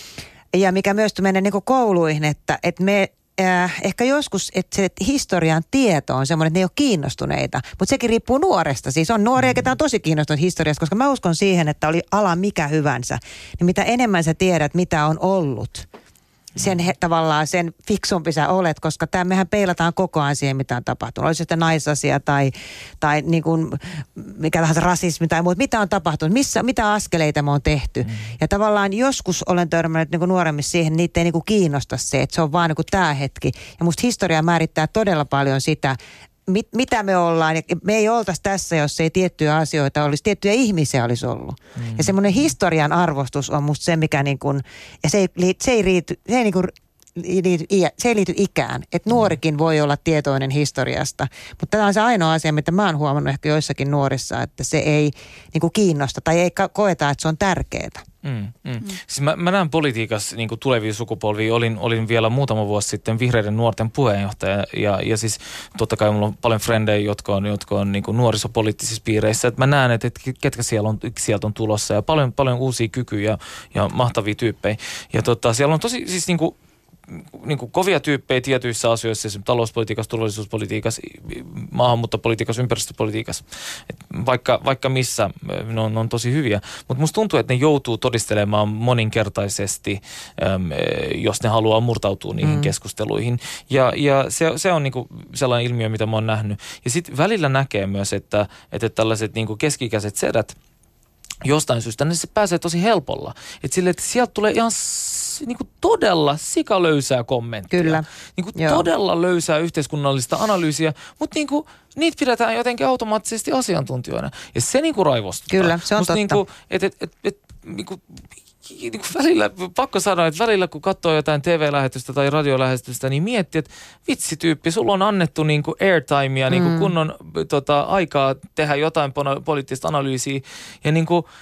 ja mikä myös menee niinku kouluihin, että, että me Äh, ehkä joskus, että se historian tieto on semmoinen, että ne ei ole kiinnostuneita, mutta sekin riippuu nuoresta. Siis on nuoria, ketä on tosi kiinnostunut historiasta, koska mä uskon siihen, että oli ala mikä hyvänsä, niin mitä enemmän sä tiedät, mitä on ollut, sen he, tavallaan sen fiksumpi sä olet, koska tämä mehän peilataan koko ajan siihen, mitä on tapahtunut. Olisi sitten naisasia tai, tai niin kuin, mikä tahansa rasismi tai muuta. Mitä on tapahtunut? Missä, mitä askeleita me on tehty? Mm. Ja tavallaan joskus olen törmännyt niin kuin nuoremmissa siihen, niitä ei niin kuin kiinnosta se, että se on vaan niin kuin tämä hetki. Ja musta historia määrittää todella paljon sitä, mit, mitä me ollaan. Ja me ei oltaisi tässä, jos ei tiettyjä asioita olisi, tiettyjä ihmisiä olisi ollut. Mm. Ja semmoinen historian arvostus on musta se, mikä niin kuin, ja se ei, se ei riity, se ei niin kuin liity, se ei liity ikään. Että nuorikin voi olla tietoinen historiasta. Mutta tämä on se ainoa asia, mitä mä oon huomannut ehkä joissakin nuorissa, että se ei niin kuin kiinnosta tai ei koeta, että se on tärkeää. Mm, mm. Mm. Siis mä, mä näen politiikassa niin kuin tulevia sukupolvia. Olin, olin vielä muutama vuosi sitten vihreiden nuorten puheenjohtaja ja, ja siis totta kai mulla on paljon frendejä, jotka on, jotka on niin kuin nuorisopoliittisissa piireissä. Et mä näen, että, että ketkä siellä on, sieltä on tulossa ja paljon, paljon uusia kykyjä ja mahtavia tyyppejä. Ja tota, siellä on tosi siis niin kuin niin kuin kovia tyyppejä tietyissä asioissa, esimerkiksi talouspolitiikassa, turvallisuuspolitiikassa, maahanmuuttopolitiikassa, ympäristöpolitiikassa. Et vaikka, vaikka missä ne on, ne on tosi hyviä. Mutta musta tuntuu, että ne joutuu todistelemaan moninkertaisesti, äm, jos ne haluaa murtautua niihin mm. keskusteluihin. Ja, ja se, se on niinku sellainen ilmiö, mitä mä oon nähnyt. Ja sitten välillä näkee myös, että, että tällaiset niinku keski-ikäiset sedät, jostain syystä, niin se pääsee tosi helpolla. Että sille, että sieltä tulee ihan niin kuin todella sikalöysää kommenttia. Kyllä. Niin kuin todella löysää yhteiskunnallista analyysiä, mutta niin kuin, niitä pidetään jotenkin automaattisesti asiantuntijoina. Ja se niin kuin raivostuttaa. Kyllä, se on Musta totta. Niin kuin, et, et, et, et, niin kuin, niin kuin välillä, pakko sanoa, että välillä kun katsoo jotain T V-lähetystä tai radiolähetystä, niin miettii, että vitsi tyyppi, sulla on annettu niin kuin airtimea, niin kuin kunnon tota, aikaa tehdä jotain poliittista analyysiä ja niin kuin,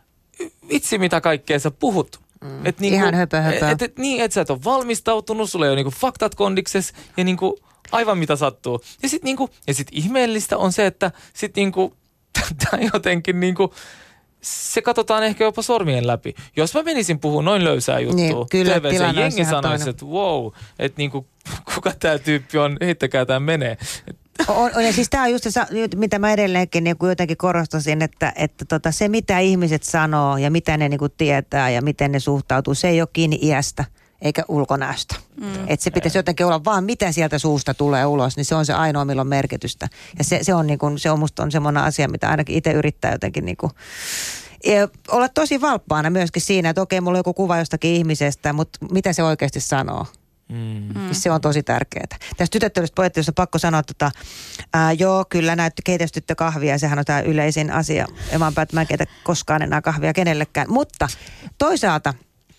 vitsi mitä kaikkea sä puhut. Mm. Et niinku, ihan höpö höpö. Et, et, niin, että sä et ole valmistautunut, sulla ei ole niinku faktat kondikses ja niinku aivan mitä sattuu. Ja sitten niinku, ja sit ihmeellistä on se, että sit niinku, tää jotenkin niinku, se katsotaan ehkä jopa sormien läpi. Jos mä menisin puhumaan noin löysää juttua, niin, kyllä, T V, jengi sanoisi, että wow, että niinku, kuka tää tyyppi on, heittäkää tää menee. On, on, ja siis tämä on just se, mitä mä edelleenkin niin jotenkin korostasin, että, että tota, se mitä ihmiset sanoo ja mitä ne niin kuin tietää ja miten ne suhtautuu, se ei ole kiinni iästä eikä ulkonäöstä. Mm. Että se pitäisi jotenkin olla vaan mitä sieltä suusta tulee ulos, niin se on se ainoa, millä on merkitystä. Ja se, se on, niin kuin, se on musta on semmoinen asia, mitä ainakin itse yrittää jotenkin niin kuin ja olla tosi valppaana myöskin siinä, että okei, mulla on joku kuva jostakin ihmisestä, mutta mitä se oikeasti sanoo. Mm. Se on tosi tärkeää. Tästä tytöttelystä poettilusta on pakko sanoa, että tota, ää, joo, kyllä näytti keitöstyttö kahvia, sehän on tämä yleisin asia. Ja mä oon päättänyt, mä en keitä koskaan enää kahvia kenellekään. Mutta toisaalta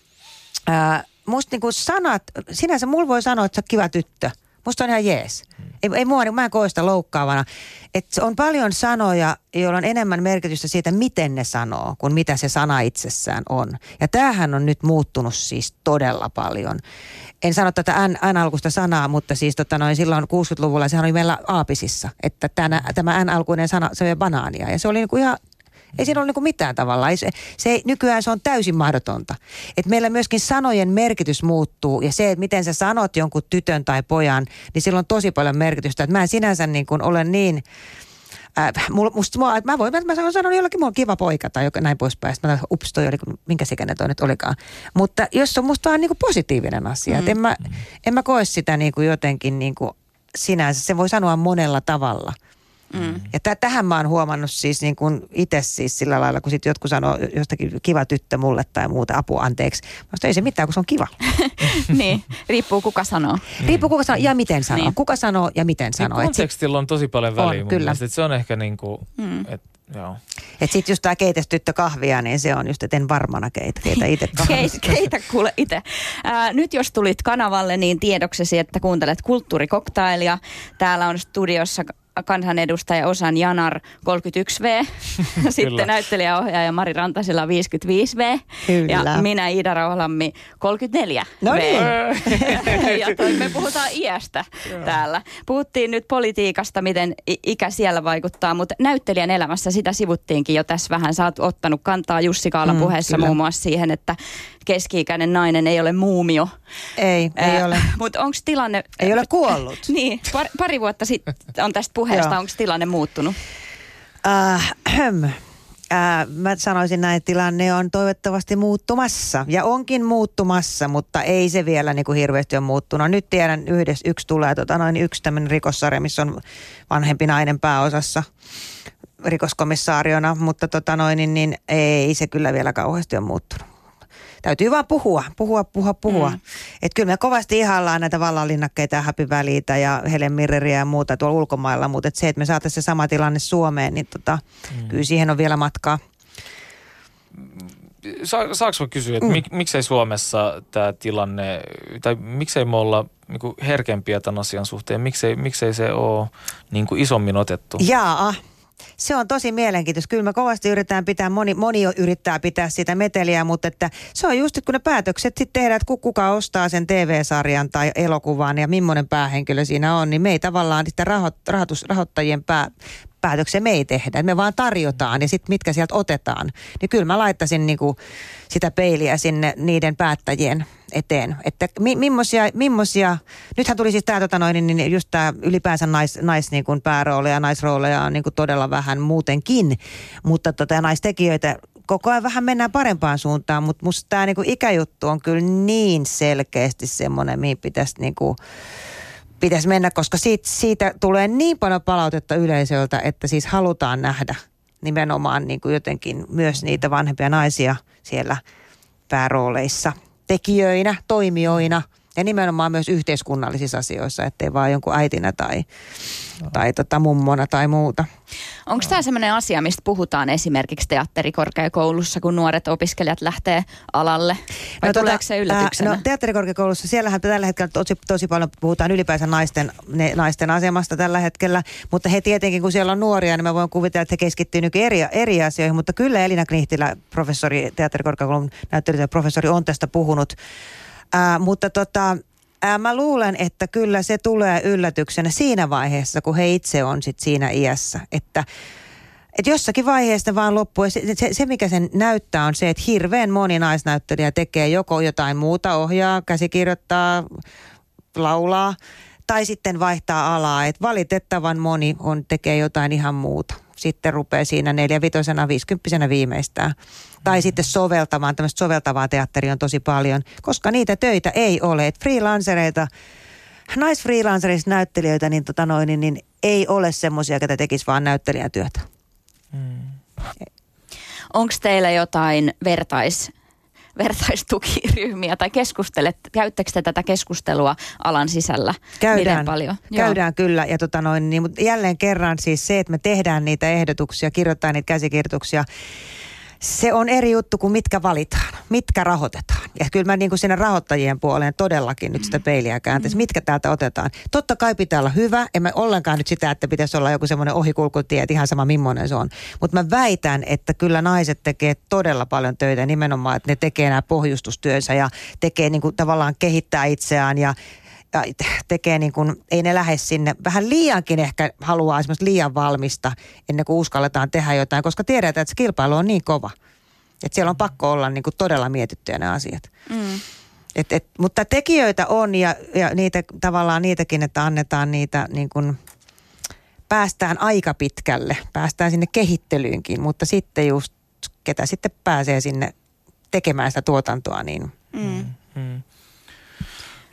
ää, musta niinku sanat, sinänsä mulla voi sanoa, että sä oot kiva tyttö. Musta on ihan jees. Ei, ei mua, mä en koe sitä loukkaavana. Että on paljon sanoja, joilla on enemmän merkitystä siitä, miten ne sanoo, kuin mitä se sana itsessään on. Ja tämähän on nyt muuttunut siis todella paljon. En sano tätä N-alkuista sanaa, mutta siis tota noin, silloin kuusikymmentäluvulla sehän oli meillä aapisissa, että tänä, tämä N-alkuinen sana, se oli banaania. Ja se oli niinku ihan, ei siinä ole niinku mitään tavallaan. Se, se, nykyään se on täysin mahdotonta. Että meillä myöskin sanojen merkitys muuttuu ja se, että miten sä sanot jonkun tytön tai pojan, niin sillä on tosi paljon merkitystä. Että mä en sinänsä niin kuin ole niin Äh, musta, mua, mä voin, mä sanon, sanon jollakin, mulla on kiva poika tai joku, näin poispäin. Sitten mä sanoin, ups, toi oli, minkä sikäinen toi nyt olikaan. Mutta jos se on musta vaan niinku positiivinen asia. Mm. En, mä, en mä koe sitä niinku jotenkin niinku sinänsä. Se voi sanoa monella tavalla. Mm. Ja t- tähän mä oon huomannut siis niin kuin itse siis sillä lailla, kun sitten jotkut sanoo jostakin kiva tyttö mulle tai muuta, apua anteeksi. Mä sanoin, ei se mitään, kun se on kiva. Niin, riippuu kuka sanoo. Mm. Riippuu kuka sanoo ja miten sanoo. Niin. Kuka sanoo ja miten sanoo. Niin kontekstilla on tosi paljon väliä on, mun mielestä. Se on ehkä niin kuin, mm. että joo. Että sitten just tämä keites tyttö kahvia, niin se on just, että en varmana keitä, keitä itse kahvia. Keitä kuule itse. Nyt jos tulit kanavalle, niin tiedoksesi, että kuuntelet Kulttuurikoktailia. Täällä on studiossa kansanedustaja Ozan Yanar kolmekymmentäyksi vuotta, sitten näyttelijäohjaaja Mari Rantasila viisikymmentäviisi vuotta ja minä Iida Rauhalammi kolmekymmentäneljä vuotta. No niin. Ja toi, me puhutaan iästä täällä. Puhuttiin nyt politiikasta, miten ikä siellä vaikuttaa, mutta näyttelijän elämässä sitä sivuttiinkin jo tässä vähän. Sä oot ottanut kantaa Jussi Kaalan mm, puheessa kyllä. muun muassa siihen, että keski-ikäinen nainen ei ole muumio. Ei, ei äh, ole. Mutta onko tilanne... Ei ole kuollut. Niin, par, pari vuotta sitten on tästä puheesta. Onko tilanne muuttunut? Äh, äh, mä sanoisin näin, että tilanne on toivottavasti muuttumassa. Ja onkin muuttumassa, mutta ei se vielä niin kuin hirveästi ole muuttunut. Nyt tiedän, yhdessä, yksi tulee tota, noin yksi tämmöinen rikossarja, missä on vanhempi nainen pääosassa rikoskomissaariona. Mutta tota, noin, niin, niin ei se kyllä vielä kauheasti ole muuttunut. Täytyy vaan puhua, puhua, puhua, puhua. Mm. Että kyllä me kovasti ihaillaan näitä vallanlinnakkeita ja Happy Valleytä ja Helen Mirreria ja muuta tuolla ulkomailla, mutta et se, että me saataisiin se sama tilanne Suomeen, niin tota, mm. kyllä siihen on vielä matkaa. Sa- saanko mä kysyä, että mm. mik, miksei Suomessa tämä tilanne, tai miksei me olla niinku herkempiä tämän asian suhteen, miksei, miksei se ole niinku isommin otettu? Jaa. Se on tosi mielenkiintoista. Kyllä me kovasti yritetään pitää, moni, moni yrittää pitää sitä meteliä, mutta että se on just, että kun ne päätökset sitten tehdään, että kuka ostaa sen T V-sarjan tai elokuvan ja millainen päähenkilö siinä on, niin me ei tavallaan sitä rahoit, rahoitus, rahoittajien pää, päätöksiä me ei tehdä. Me vaan tarjotaan ja sitten mitkä sieltä otetaan. Niin kyllä mä laittaisin niinku sitä peiliä sinne niiden päättäjien eteen. Että mi, mimmosia, mimmosia, nythän tuli siis tämä tota noin, niin just tämä ylipäänsä nais, nais niin kuin päärooleja, naisrooleja on niin kuin todella vähän muutenkin, mutta tota, naistekijöitä koko ajan vähän mennään parempaan suuntaan, mutta musta tämä niin kuin ikäjuttu on kyllä niin selkeästi semmoinen, mihin pitäisi niin kuin pitäisi mennä, koska siitä, siitä tulee niin paljon palautetta yleisöltä, että siis halutaan nähdä nimenomaan niin kuin jotenkin myös niitä vanhempia naisia siellä päärooleissa, tekijöinä, toimijoina ja nimenomaan myös yhteiskunnallisissa asioissa, ettei vaan jonkun äitinä tai, no. tai tota mummona tai muuta. Onko tämä sellainen asia, mistä puhutaan esimerkiksi teatterikorkeakoulussa, kun nuoret opiskelijat lähtee alalle? Vai no, tuleeko tota, se yllätyksenä? No teatterikorkeakoulussa, siellähän tällä hetkellä tosi, tosi paljon puhutaan ylipäänsä naisten, ne, naisten asemasta tällä hetkellä, mutta he tietenkin, kun siellä on nuoria, niin mä voin kuvitella, että he keskittyy nykyään eri, eri asioihin, mutta kyllä Elina Knihtilä, professori, teatterikorkeakoulun näyttelijä professori, on tästä puhunut. Äh, mutta tota, äh, mä luulen, että kyllä se tulee yllätyksenä siinä vaiheessa, kun he itse on sit siinä iässä. Että et jossakin vaiheessa vaan loppuu. Se, se, se, mikä sen näyttää, on se, että hirveän moni naisnäyttelijä tekee joko jotain muuta, ohjaa, käsikirjoittaa, laulaa tai sitten vaihtaa alaa. Et valitettavan moni on, tekee jotain ihan muuta. Sitten rupeaa siinä neljävitosena, viisikymppisenä viimeistään. Tai sitten soveltamaan, tämmöistä soveltavaa teatteria on tosi paljon, koska niitä töitä ei ole. Et freelancereita, naisfreelancerista näyttelijöitä, niin, tota noin, niin, niin ei ole semmoisia, ketä tekisi vaan näyttelijätyötä. Hmm. Onko teillä jotain vertais, vertaistukiryhmiä tai keskustelet, käyttekö te tätä keskustelua alan sisällä? Käydään, miten paljon? käydään Joo. kyllä. Ja tota noin, niin, mutta jälleen kerran siis se, että me tehdään niitä ehdotuksia, kirjoittaa niitä käsikirjoituksia, se on eri juttu kuin mitkä valitaan, mitkä rahoitetaan. Ja kyllä mä niin kuin siinä rahoittajien puoleen todellakin nyt sitä peiliä kääntäisin, mitkä täältä otetaan. Totta kai pitää olla hyvä, en mä ollenkaan nyt sitä, että pitäisi olla joku semmoinen ohikulkutie, että ihan sama millainen se on. Mutta mä väitän, että kyllä naiset tekee todella paljon töitä nimenomaan, että ne tekee nämä pohjustustyönsä ja tekee niin kuin tavallaan kehittää itseään ja Ja tekee niin kuin, ei ne lähde sinne, vähän liiankin ehkä haluaa esimerkiksi liian valmista ennen kuin uskalletaan tehdä jotain, koska tiedetään, että se kilpailu on niin kova. Että siellä on pakko olla niin kuin todella mietittyjä ne asiat. Mm. Et, et, mutta tekijöitä on ja, ja niitä, tavallaan niitäkin, että annetaan niitä niin kuin, päästään aika pitkälle, päästään sinne kehittelyynkin, mutta sitten just, ketä sitten pääsee sinne tekemään sitä tuotantoa, niin... Mm. Mm.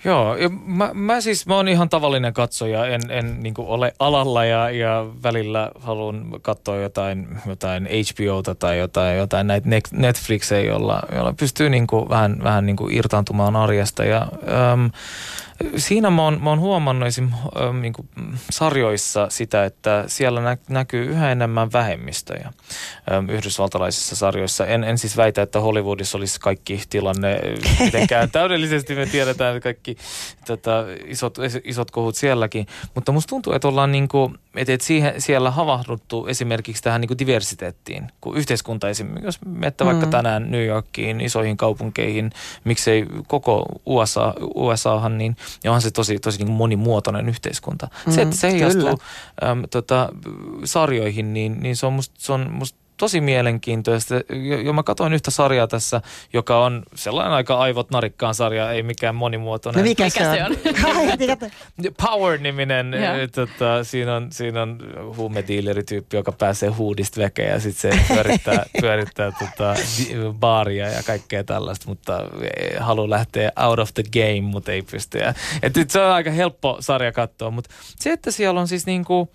Joo, ja mä, mä siis mä oon ihan tavallinen katsoja, en, en niin kuin ole alalla ja, ja välillä haluan katsoa jotain, jotain H B O:ta tai jotain, jotain näitä Netflixejä, jolla, jolla pystyy niin kuin vähän, vähän niin kuin irtaantumaan arjesta ja äm, siinä mä oon, mä oon huomannut esim. Ähm, niin kuin sarjoissa sitä, että siellä nä- näkyy yhä enemmän vähemmistöjä ähm, yhdysvaltalaisissa sarjoissa. En, en siis väitä, että Hollywoodissa olisi kaikki tilanne mitenkään täydellisesti. Me tiedetään kaikki tota, isot, isot kohut sielläkin. Mutta musta tuntuu, että ollaan niin kuin, että, että siihen, siellä havahduttu esimerkiksi tähän niin kuin diversiteettiin. Kun yhteiskunta esimerkiksi, jos miettii vaikka mm. tänään New Yorkiin, isoihin kaupunkeihin, miksei koko U S A, U S Ahan, niin ja onhan se tosi, tosi niin kuin monimuotoinen yhteiskunta. Mm, se, että se heijastuu äm, tota, sarjoihin, niin, niin se on musta, se on musta tosi mielenkiintoista. Jo, jo mä katsoin yhtä sarjaa tässä, joka on sellainen aika aivot narikkaan sarja, ei mikään monimuotoinen. No mikä, mikä se on? Power-niminen. Tota, siinä on, siinä on huumediilerityyppi, joka pääsee huudista vekeen ja sitten se pyörittää, pyörittää tota, baaria ja kaikkea tällaista, mutta haluaa lähteä out of the game, mutta ei pysty. Et, et se on aika helppo sarja katsoa, mutta se, että siellä on siis niinku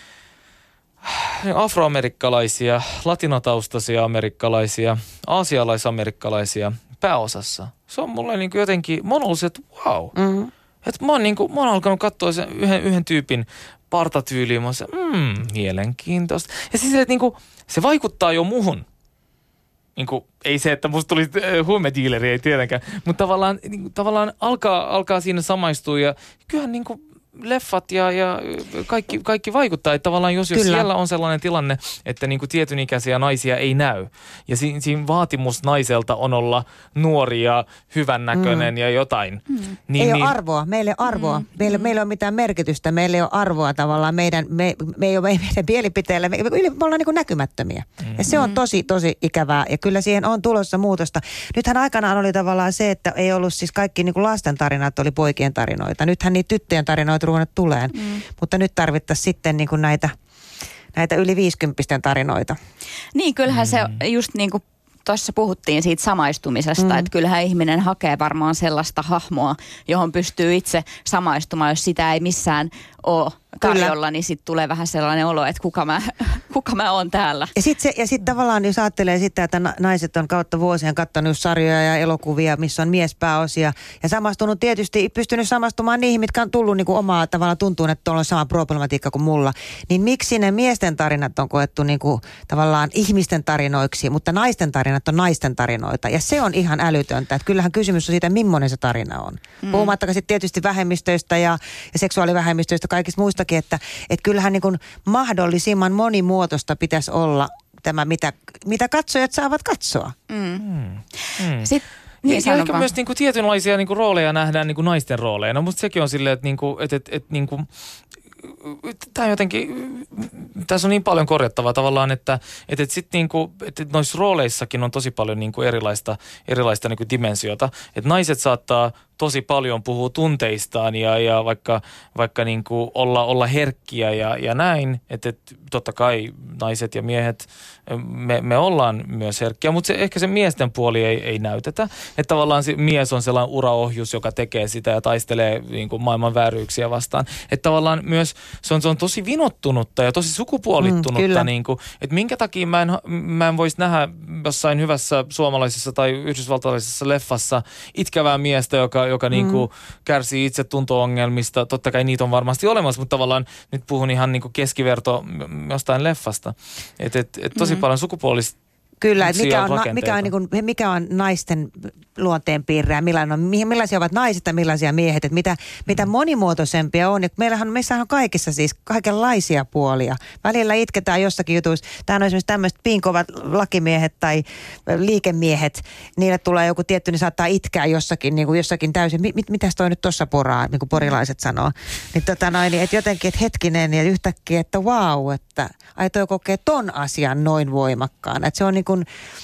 afroamerikkalaisia, latinotaustaisia amerikkalaisia, aasialaisamerikkalaisia pääosassa. Se on mulle niin kuin jotenkin, mä oon ollut se, että wow. Mm-hmm. Että mä oon, niin kuin, mä oon alkanut katsoa sen yhden, yhden tyypin partatyyliin. Mä oon se, mmm, mielenkiintoista. Ja siis, että niin kuin, se vaikuttaa jo muhun. Niin kuin, ei se, että musta tulisi huumediileri, ei tietenkään. Mutta tavallaan, niin kuin, tavallaan alkaa, alkaa siinä samaistua ja kyllähän niin kuin leffat ja, ja kaikki, kaikki vaikuttaa, että tavallaan jos, jos siellä on sellainen tilanne, että niin kuin tietyn ikäisiä naisia ei näy ja si, siinä vaatimus naiselta on olla nuori ja hyvännäköinen mm. ja jotain. Mm. Niin, ei niin, ole arvoa, meillä ei ole arvoa, mm. meillä, meillä ei ole mitään merkitystä, meillä ei ole arvoa tavallaan meidän, me, me ei ole meidän mielipiteillä, me, me ollaan niin kuin näkymättömiä mm. ja se on tosi, tosi ikävää ja kyllä siihen on tulossa muutosta. Nythän aikanaan oli tavallaan se, että ei ollut siis kaikki niin kuin lasten tarinat oli poikien tarinoita, nythän niitä tyttöjen tarinoita ruvennut tuleen, mm. mutta nyt tarvittaisiin sitten niin kuin näitä, näitä yli viisikymppisten tarinoita. Niin, kyllähän mm. se just niin kuin tuossa puhuttiin siitä samaistumisesta, mm. että kyllähän ihminen hakee varmaan sellaista hahmoa, johon pystyy itse samaistumaan, jos sitä ei missään ole tarjolla, Kyllä. niin sitten tulee vähän sellainen olo, että kuka mä, kuka mä oon täällä. Ja sitten sit tavallaan, jos ajattelee sitä, että naiset on kautta vuosien katsonut sarjoja ja elokuvia, missä on miespääosia, ja samastunut tietysti, pystynyt samastumaan niihin, mitkä on tullut niin kuin omaa tavallaan tuntuu, että tuolla on sama problematiikka kuin mulla, niin miksi ne miesten tarinat on koettu niin kuin tavallaan ihmisten tarinoiksi, mutta naisten tarinat on naisten tarinoita, ja se on ihan älytöntä, että kyllähän kysymys on siitä, millainen se tarina on. Mm. Puhumattakaan sitten tietysti vähemmistöistä ja, ja seksuaalivähemmistöistä, kaikista muistakin, että et kyllähän niin kuin mahdollisimman monimuotoista pitäisi olla tämä, mitä, mitä katsojat saavat katsoa. Mm. Mm. Mm. Sitten niin, ja ehkä myös niinku tietynlaisia niinku rooleja nähdään niinku naisten rooleja. No musta sekin on silleen, että niinku, et, et, et, niinku, tämä jotenkin, tässä on niin paljon korjattavaa tavallaan, että et, et sit niinku, et, et noissa rooleissakin on tosi paljon niinku erilaista, erilaista niinku dimensiota. Että naiset saattaa tosi paljon puhuu tunteistaan ja, ja vaikka, vaikka niin kuin olla, olla herkkiä ja, ja näin, että et, totta kai naiset ja miehet, me, me ollaan myös herkkiä, mutta se, ehkä se miesten puoli ei, ei näytetä. Että tavallaan se mies on sellainen uraohjus, joka tekee sitä ja taistelee niin kuin maailman vääryyksiä vastaan. Että tavallaan myös se on, se on tosi vinottunutta ja tosi sukupuolittunutta, mm, niin kuin, että minkä takia mä en, mä en voisi nähdä jossain hyvässä suomalaisessa tai yhdysvaltalaisessa leffassa itkevää miestä, joka joka mm. niinku kärsii itsetunto-ongelmista. Totta kai niitä on varmasti olemassa, mutta tavallaan nyt puhun ihan niinku keskiverto jostain leffasta. Et, et, et tosi mm. paljon sukupuolista. Kyllä, että mikä on, mikä, on, niin kuin, mikä on naisten luonteenpiirre ja millainen on, millaisia ovat naiset ja millaisia miehet, että mitä, mitä monimuotoisempia on. Meillähän, meissähän on kaikissa siis kaikenlaisia puolia. Välillä itketään jossakin jutuissa. Tämä on esimerkiksi tämmöiset piinkovat lakimiehet tai liikemiehet. Niille tulee joku tietty, niin saattaa itkeä jossakin, niin kuin jossakin täysin. Mit, mitäs toi nyt tuossa poraa, niin kuin porilaiset sanoo. Niin tota noin, että jotenkin, että hetkinen ja yhtäkkiä, että vau, wow, että ai toi kokee ton asian noin voimakkaan. Että se on niin kun,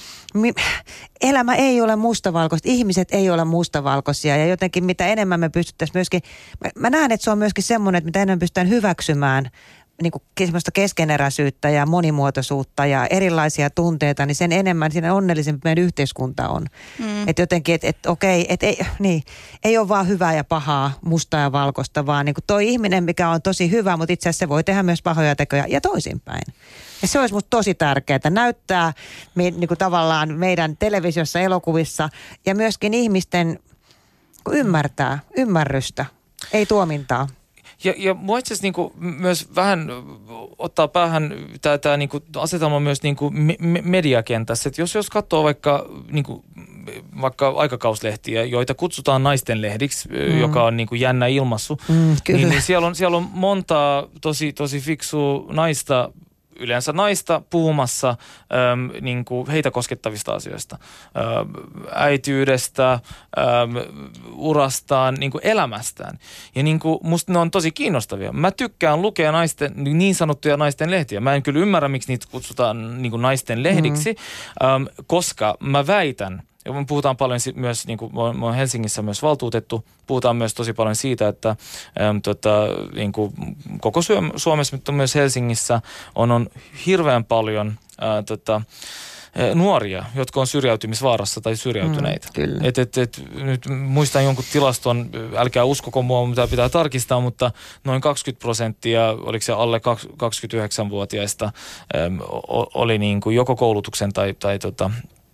elämä ei ole mustavalkoista, ihmiset ei ole mustavalkoisia ja jotenkin mitä enemmän me pystyttäisiin myöskin, mä, mä näen, että se on myöskin semmoinen, että mitä enemmän pystytään hyväksymään niin kuin semmoista keskeneräisyyttä ja monimuotoisuutta ja erilaisia tunteita, niin sen enemmän siinä onnellisempi meidän yhteiskunta on. Mm. Että jotenkin, että et, okei, että ei, niin, ei ole vaan hyvää ja pahaa, mustaa ja valkoista, vaan niin kuin toi ihminen, mikä on tosi hyvä, mutta itse asiassa se voi tehdä myös pahoja tekoja ja toisinpäin. Ja se olisi musta tosi tärkeää, näyttää me, niin kuin tavallaan meidän televisiossa, elokuvissa ja myöskin ihmisten ymmärtää, ymmärrystä, ei tuomintaa. Ja, ja mua itse asiassa niinku myös vähän ottaa päähän tämä niinku asetelma myös niinku me, me, mediakentässä. Et jos, jos katsoo vaikka, niinku, vaikka aikakauslehtiä, joita kutsutaan naisten lehdiksi, mm. joka on niinku jännä ilmassu, mm, niin, niin siellä, on, siellä on montaa tosi, tosi fiksua naista, yleensä naista puhumassa äm, niin kuin heitä koskettavista asioista. Äm, äityydestä, äm, urastaan, niin kuin elämästään. Ja niin kuin, musta ne on tosi kiinnostavia. Mä tykkään lukea naisten, niin sanottuja naisten lehtiä. Mä en kyllä ymmärrä, miksi niitä kutsutaan niin kuin naisten lehdiksi, mm. äm, koska mä väitän, ja me puhutaan paljon myös, niin kuin mä oon Helsingissä myös valtuutettu, puhutaan myös tosi paljon siitä, että äm, tota, niin kuin koko Suomessa, mutta myös Helsingissä on, on hirveän paljon ää, tota, nuoria, jotka on syrjäytymisvaarassa tai syrjäytyneitä. Mm, et, et, et, nyt muistan jonkun tilaston, älkää uskoko mua, mitä pitää tarkistaa, mutta noin kaksikymmentä prosenttia, oliko se alle kaksikymmentäyhdeksänvuotiaista, äm, oli niin kuin joko koulutuksen tai, tai tota,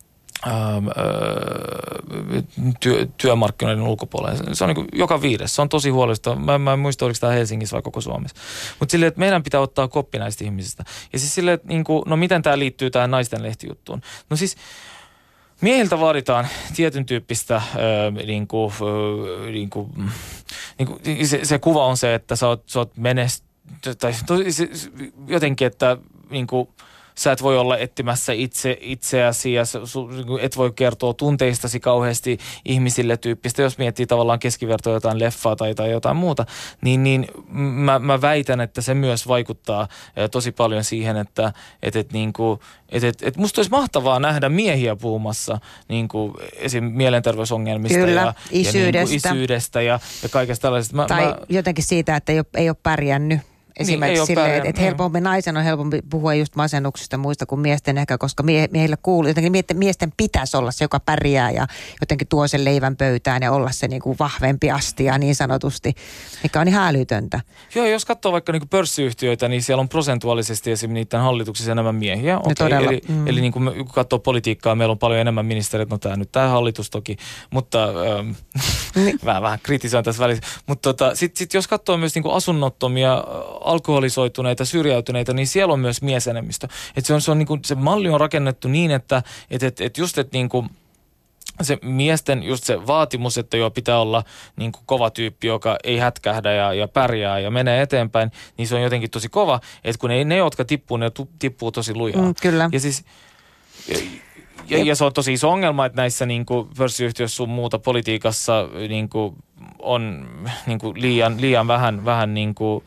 Työ, työmarkkinoiden ulkopuolella. Se on niin kuin joka viides. Se on tosi huolestava. Mä, mä en muista, oliko tämä Helsingissä vai koko Suomessa. Mutta silleen, että meidän pitää ottaa koppi näistä ihmisistä. Ja siis silleen, että niin kuin, no miten tämä liittyy tähän naisten lehtijuttuun? No siis miehiltä vaaditaan tietyn tyyppistä äh, niin kuin, äh, niin kuin, niin kuin, se, se kuva on se, että sä oot, sä oot menest... Tai se, jotenkin, että niin kuin, sä et voi olla etsimässä itse, itseäsi ja et voi kertoa tunteistasi kauheasti ihmisille tyyppistä. Jos miettii tavallaan keskivertoa jotain leffaa tai, tai jotain muuta, niin, niin mä, mä väitän, että se myös vaikuttaa tosi paljon siihen, että et, et, niin kuin, et, et, et musta olisi mahtavaa nähdä miehiä puhumassa niin kuin esim. Mielenterveysongelmista. Kyllä, ja, isyydestä. Ja, niin kuin isyydestä ja, ja kaikesta tällaisesta. Mä, tai mä, jotenkin siitä, että ei ole, ei ole pärjännyt. Esimerkiksi niin, silleen, että et helpompi naisen on helpompi puhua just masennuksista muista kuin miesten ehkä, koska mie, miehillä kuuluu, jotenkin miesten pitäisi olla se, joka pärjää ja jotenkin tuo sen leivän pöytään ja olla se niin kuin vahvempi astia niin sanotusti, mikä on ihan älytöntä. Joo, jos katsoo vaikka niin kuin pörssiyhtiöitä, niin siellä on prosentuaalisesti esimerkiksi niiden hallituksissa enemmän miehiä. Okay, todella. Eli, mm. eli niin kuin kun katsoo politiikkaa, meillä on paljon enemmän ministereitä, no tämä nyt tämä hallitus toki, mutta ähm, niin. vähän, vähän kritisoin tässä välissä. Mutta tota, sitten sit jos katsoo myös niin kuin asunnottomia, alkoholisoituneita, syrjäytyneitä, niin siellä on myös miesenemmistö. Että se, on, se, on, niin kuin, se malli on rakennettu niin, että et, et, et just, että niin kuin se miesten just se vaatimus, että joo pitää olla niin kuin kova tyyppi, joka ei hätkähdä ja, ja pärjää ja menee eteenpäin, niin se on jotenkin tosi kova. Että kun ne, ne jotka tippuu, ne tippuu tosi lujaa. Mm, kyllä. Ja siis... Ja, Ja, ja se on tosi iso ongelma, että näissä niin kuin pörssiyhtiöissä sun muuta politiikassa niin kuin on niin kuin liian, liian vähän, vähän niin kuin,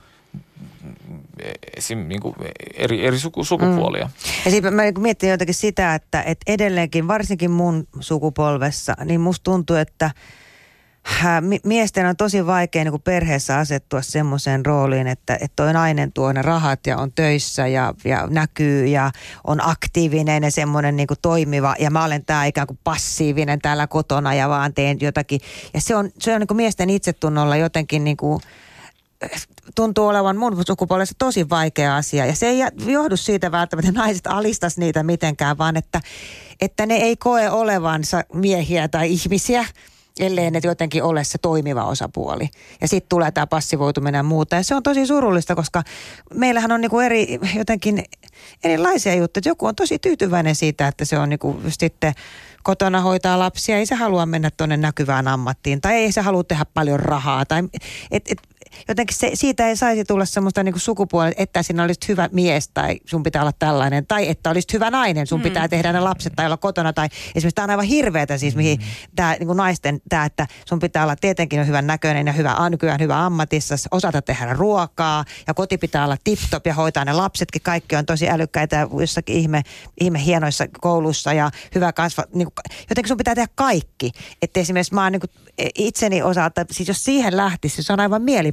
esim, niin kuin eri, eri suku, sukupuolia. Mm. Ja sitten mä mietin jotenkin sitä, että, että edelleenkin, varsinkin mun sukupolvessa, niin musta tuntuu, että miesten on tosi vaikea niin kuin perheessä asettua semmoiseen rooliin, että, että toi nainen tuo ne rahat ja on töissä ja, ja näkyy ja on aktiivinen ja semmoinen niin kuin toimiva ja mä olen tää ikään kuin passiivinen täällä kotona ja vaan teen jotakin. Ja se on, se on niin kuin miesten itsetunnolla jotenkin niin kuin tuntuu olevan mun sukupuolessa tosi vaikea asia. Ja se ei johdu siitä välttämättä, että naiset alistaisi niitä mitenkään, vaan että, että ne ei koe olevansa miehiä tai ihmisiä, ellei ne jotenkin ole se toimiva osapuoli. Ja sitten tulee tämä passivoituminen ja muuta. Ja se on tosi surullista, koska meillähän on niinku eri, jotenkin erilaisia juttuja. Joku on tosi tyytyväinen siitä, että se on niinku sitten kotona hoitaa lapsia. Ei se halua mennä tuonne näkyvään ammattiin. Tai ei se halua tehdä paljon rahaa. Tai et, et, jotenkin se, siitä ei saisi tulla semmoista niinku sukupuolta, että sinä olisit hyvä mies tai sun pitää olla tällainen. Tai että olisit hyvä nainen, sun pitää tehdä ne lapset tai olla kotona. Tai esimerkiksi tämä on aivan hirveätä siis, mihin tämä niinku naisten, tämä, että sun pitää olla tietenkin on hyvän näköinen ja hyvä, nykyään hyvä ammatissa, osata tehdä ruokaa ja koti pitää olla tip-top ja hoitaa ne lapsetkin. Kaikki on tosi älykkäitä jossakin ihme, ihme hienoissa koulussa ja hyvä kasva. Niinku, jotenkin sun pitää tehdä kaikki. Että esimerkiksi mä oon niinku itseni osalta, siis jos siihen lähtisi, se on aivan mieli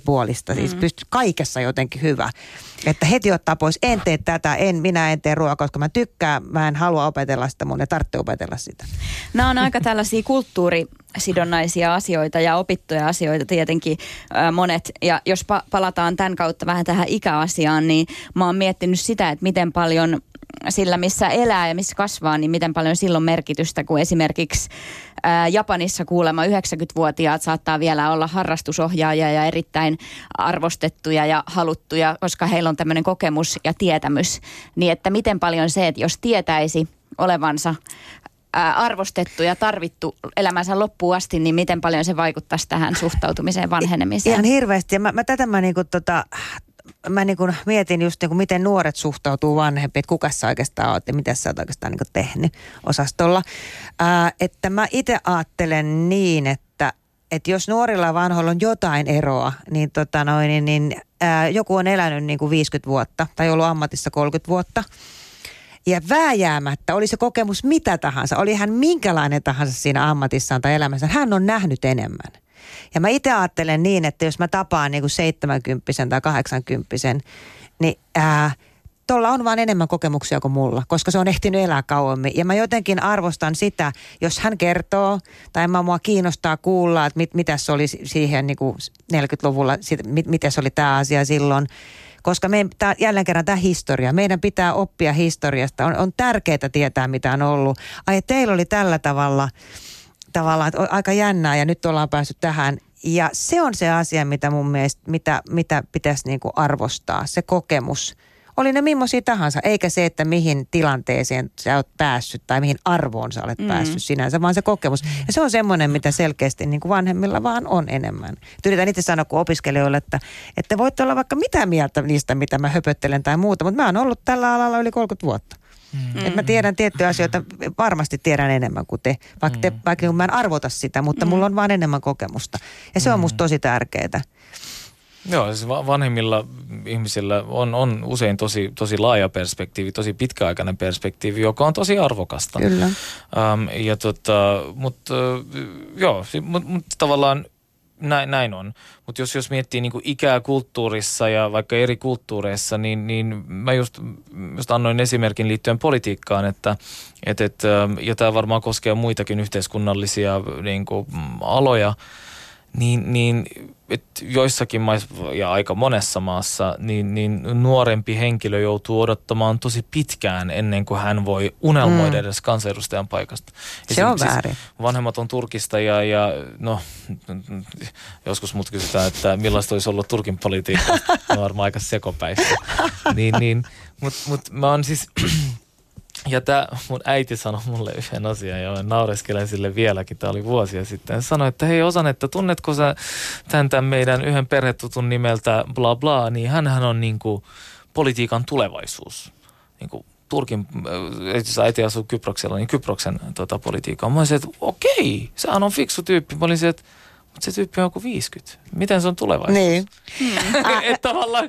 monipuolista, siis mm. pystyy kaikessa jotenkin hyvä. Että heti ottaa pois, en tee tätä, en, minä en tee ruokaa, koska mä tykkään, mä en halua opetella sitä, mun ei tarvitse opetella sitä. Nämä on aika tällaisia kulttuurisidonnaisia asioita ja opittuja asioita tietenkin äh, monet. Ja jos pa- palataan tämän kautta vähän tähän ikäasiaan, niin mä oon miettinyt sitä, että miten paljon sillä, missä elää ja missä kasvaa, niin miten paljon silloin merkitystä, kun esimerkiksi ää, Japanissa kuulemma yhdeksänkymmentävuotiaat saattaa vielä olla harrastusohjaajia ja erittäin arvostettuja ja haluttuja, koska heillä on tämmöinen kokemus ja tietämys. Niin että miten paljon se, että jos tietäisi olevansa ää, arvostettu ja tarvittu elämänsä loppuun asti, niin miten paljon se vaikuttaisi tähän suhtautumiseen vanhenemiseen? Ihan hirveästi. Ja mä, mä tätä mä niinku tota... Mä niin kuin mietin just niin kuin miten nuoret suhtautuu vanhempiin, että kuka sä oikeastaan oot ja mitä sä oot oikeastaan niin kuin tehnyt osastolla. Ää, että mä itse ajattelen niin, että, että jos nuorilla ja vanhoilla on jotain eroa, niin, tota noin, niin, niin ää, joku on elänyt niin kuin viisikymmentä vuotta tai ollut ammatissa kolmekymmentä vuotta. Ja vääjäämättä, oli se kokemus mitä tahansa, oli hän minkälainen tahansa siinä ammatissaan tai elämässä, hän on nähnyt enemmän. Ja mä itse ajattelen niin, että jos mä tapaan niin kuin seitsemänkymppisen tai kahdeksankymppisen, niin ää, tuolla on vaan enemmän kokemuksia kuin mulla, koska se on ehtinyt elää kauemmin. Ja mä jotenkin arvostan sitä, jos hän kertoo, tai mä mua kiinnostaa kuulla, että mit, mitä se oli siihen niin kuin neljäkymmentäluvulla, sit, mit, miten se oli tämä asia silloin. Koska me, tää, jälleen kerran tämä historia, meidän pitää oppia historiasta. On, on tärkeää tietää, mitä on ollut. Ai, teillä oli tällä tavalla... Tavallaan, että aika jännää ja nyt ollaan päässyt tähän. Ja se on se asia, mitä mun mielestä, mitä, mitä pitäisi niinku arvostaa, se kokemus. Oli ne millaisia tahansa, eikä se, että mihin tilanteeseen sä oot päässyt tai mihin arvoon sä olet mm. päässyt sinänsä, vaan se kokemus. Ja se on semmoinen, mitä selkeästi niin kuin vanhemmilla vaan on enemmän. Yritän itse sanoa kuin opiskelijoille, että, että voitte olla vaikka mitä mieltä niistä, mitä mä höpöttelen tai muuta, mutta mä oon ollut tällä alalla yli kolmekymmentä vuotta. Mm. Että mä tiedän tiettyjä asioita, varmasti tiedän enemmän kuin te, vaikka, te, vaikka mä en arvota sitä, mutta mm. mulla on vaan enemmän kokemusta. Ja se on musta tosi tärkeää. Joo, siis vanhemmilla ihmisillä on, on usein tosi, tosi laaja perspektiivi, tosi pitkäaikainen perspektiivi, joka on tosi arvokasta. Kyllä. Ähm, ja tota, mutta joo, mutta mut tavallaan näin, näin on. Mutta jos, jos miettii niinku ikää kulttuurissa ja vaikka eri kulttuureissa, niin, niin mä just, just annoin esimerkin liittyen politiikkaan, että et, et, ja tämä varmaan koskee muitakin yhteiskunnallisia niinku, aloja, niin, niin että joissakin maissa ja aika monessa maassa niin, niin nuorempi henkilö joutuu odottamaan tosi pitkään ennen kuin hän voi unelmoida mm. edes kansanedustajan paikasta. Ja se on siis väärin. Vanhemmat on Turkista ja, ja no joskus mut kysytään, että millaista olisi ollut Turkin politiikka. Mä oon varmaan aika sekopäistä. niin, niin, Mutta mut mä oon siis... Ja tämä mun äiti sanoi mulle yhden asian ja naureskelen sille vieläkin, tämä oli vuosia sitten. Hän sanoi, että hei Osan, että tunnetko sä tämän, tämän meidän yhden perhetutun nimeltä bla bla, niin hänhän on niinku politiikan tulevaisuus. Niinku Turkin, jos äiti asuu Kyproksella, niin Kyproksen tota, politiikka. Mä olisin, että okei, sehän on fiksu tyyppi. Mä olisin, että mutta se tyyppi on joku viisikymmentä. Miten se on tulevaisuus? Niin. Että tavallaan...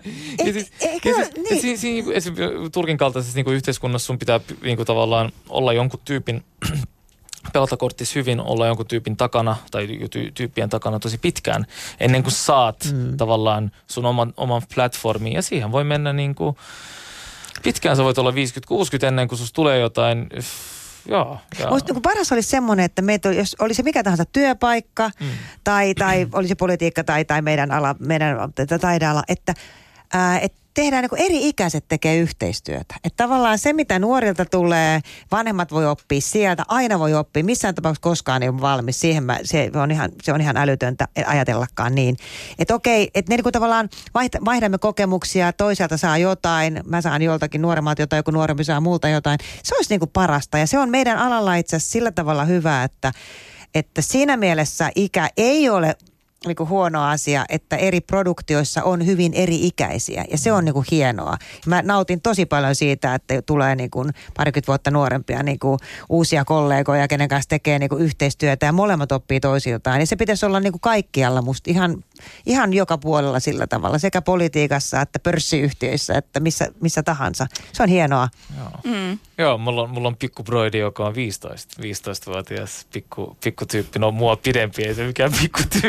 Turkin kaltaisessa niin yhteiskunnassa sun pitää niin kuin, tavallaan olla jonkun tyypin, pelata korttis hyvin, olla jonkun tyypin takana tai ty- tyyppien takana tosi pitkään, ennen kuin saat mm. tavallaan sun oman, oman platformin. Ja siihen voi mennä niin kuin... Pitkään sä voit olla viisikymmentä kuusikymmentä ennen kuin susta tulee jotain... Joo, Musta niin paras olisi semmoinen, että meitä, jos oli se mikä tahansa työpaikka mm. tai, tai oli se politiikka tai, tai meidän ala, meidän taideala, että, ää, että tehdään niin eri-ikäiset tekee yhteistyötä. Että tavallaan se, mitä nuorilta tulee, vanhemmat voi oppia sieltä, aina voi oppia, missään tapauksessa koskaan ei ole valmis. Siihen mä, se, on ihan, se on ihan älytöntä ajatellakaan niin. Että okei, että ne niin kuin tavallaan vaihdamme kokemuksia, toiselta saa jotain, mä saan joltakin nuoremmalta jotain, joku nuorempi saa multa jotain. Se olisi niin kuin parasta ja se on meidän alalla itse asiassa sillä tavalla hyvä, että, että siinä mielessä ikä ei ole niinku huono asia, että eri produktioissa on hyvin eri-ikäisiä ja se on niinku hienoa. Mä nautin tosi paljon siitä, että tulee niinku parikymmentä vuotta nuorempia niinku uusia kollegoja, kenen kanssa tekee niinku yhteistyötä ja molemmat oppii toisiltaan. Ja se pitäisi olla niinku kaikkialla musta ihan, ihan joka puolella sillä tavalla, sekä politiikassa että pörssiyhtiöissä, että missä, missä tahansa. Se on hienoa. Joo, mm. Joo mulla, on, mulla on pikkubroidi, joka on viisitoista, viisitoistavuotias pikku, pikkutyyppi, no mua pidempi, ei se mikään pikkutyyppi.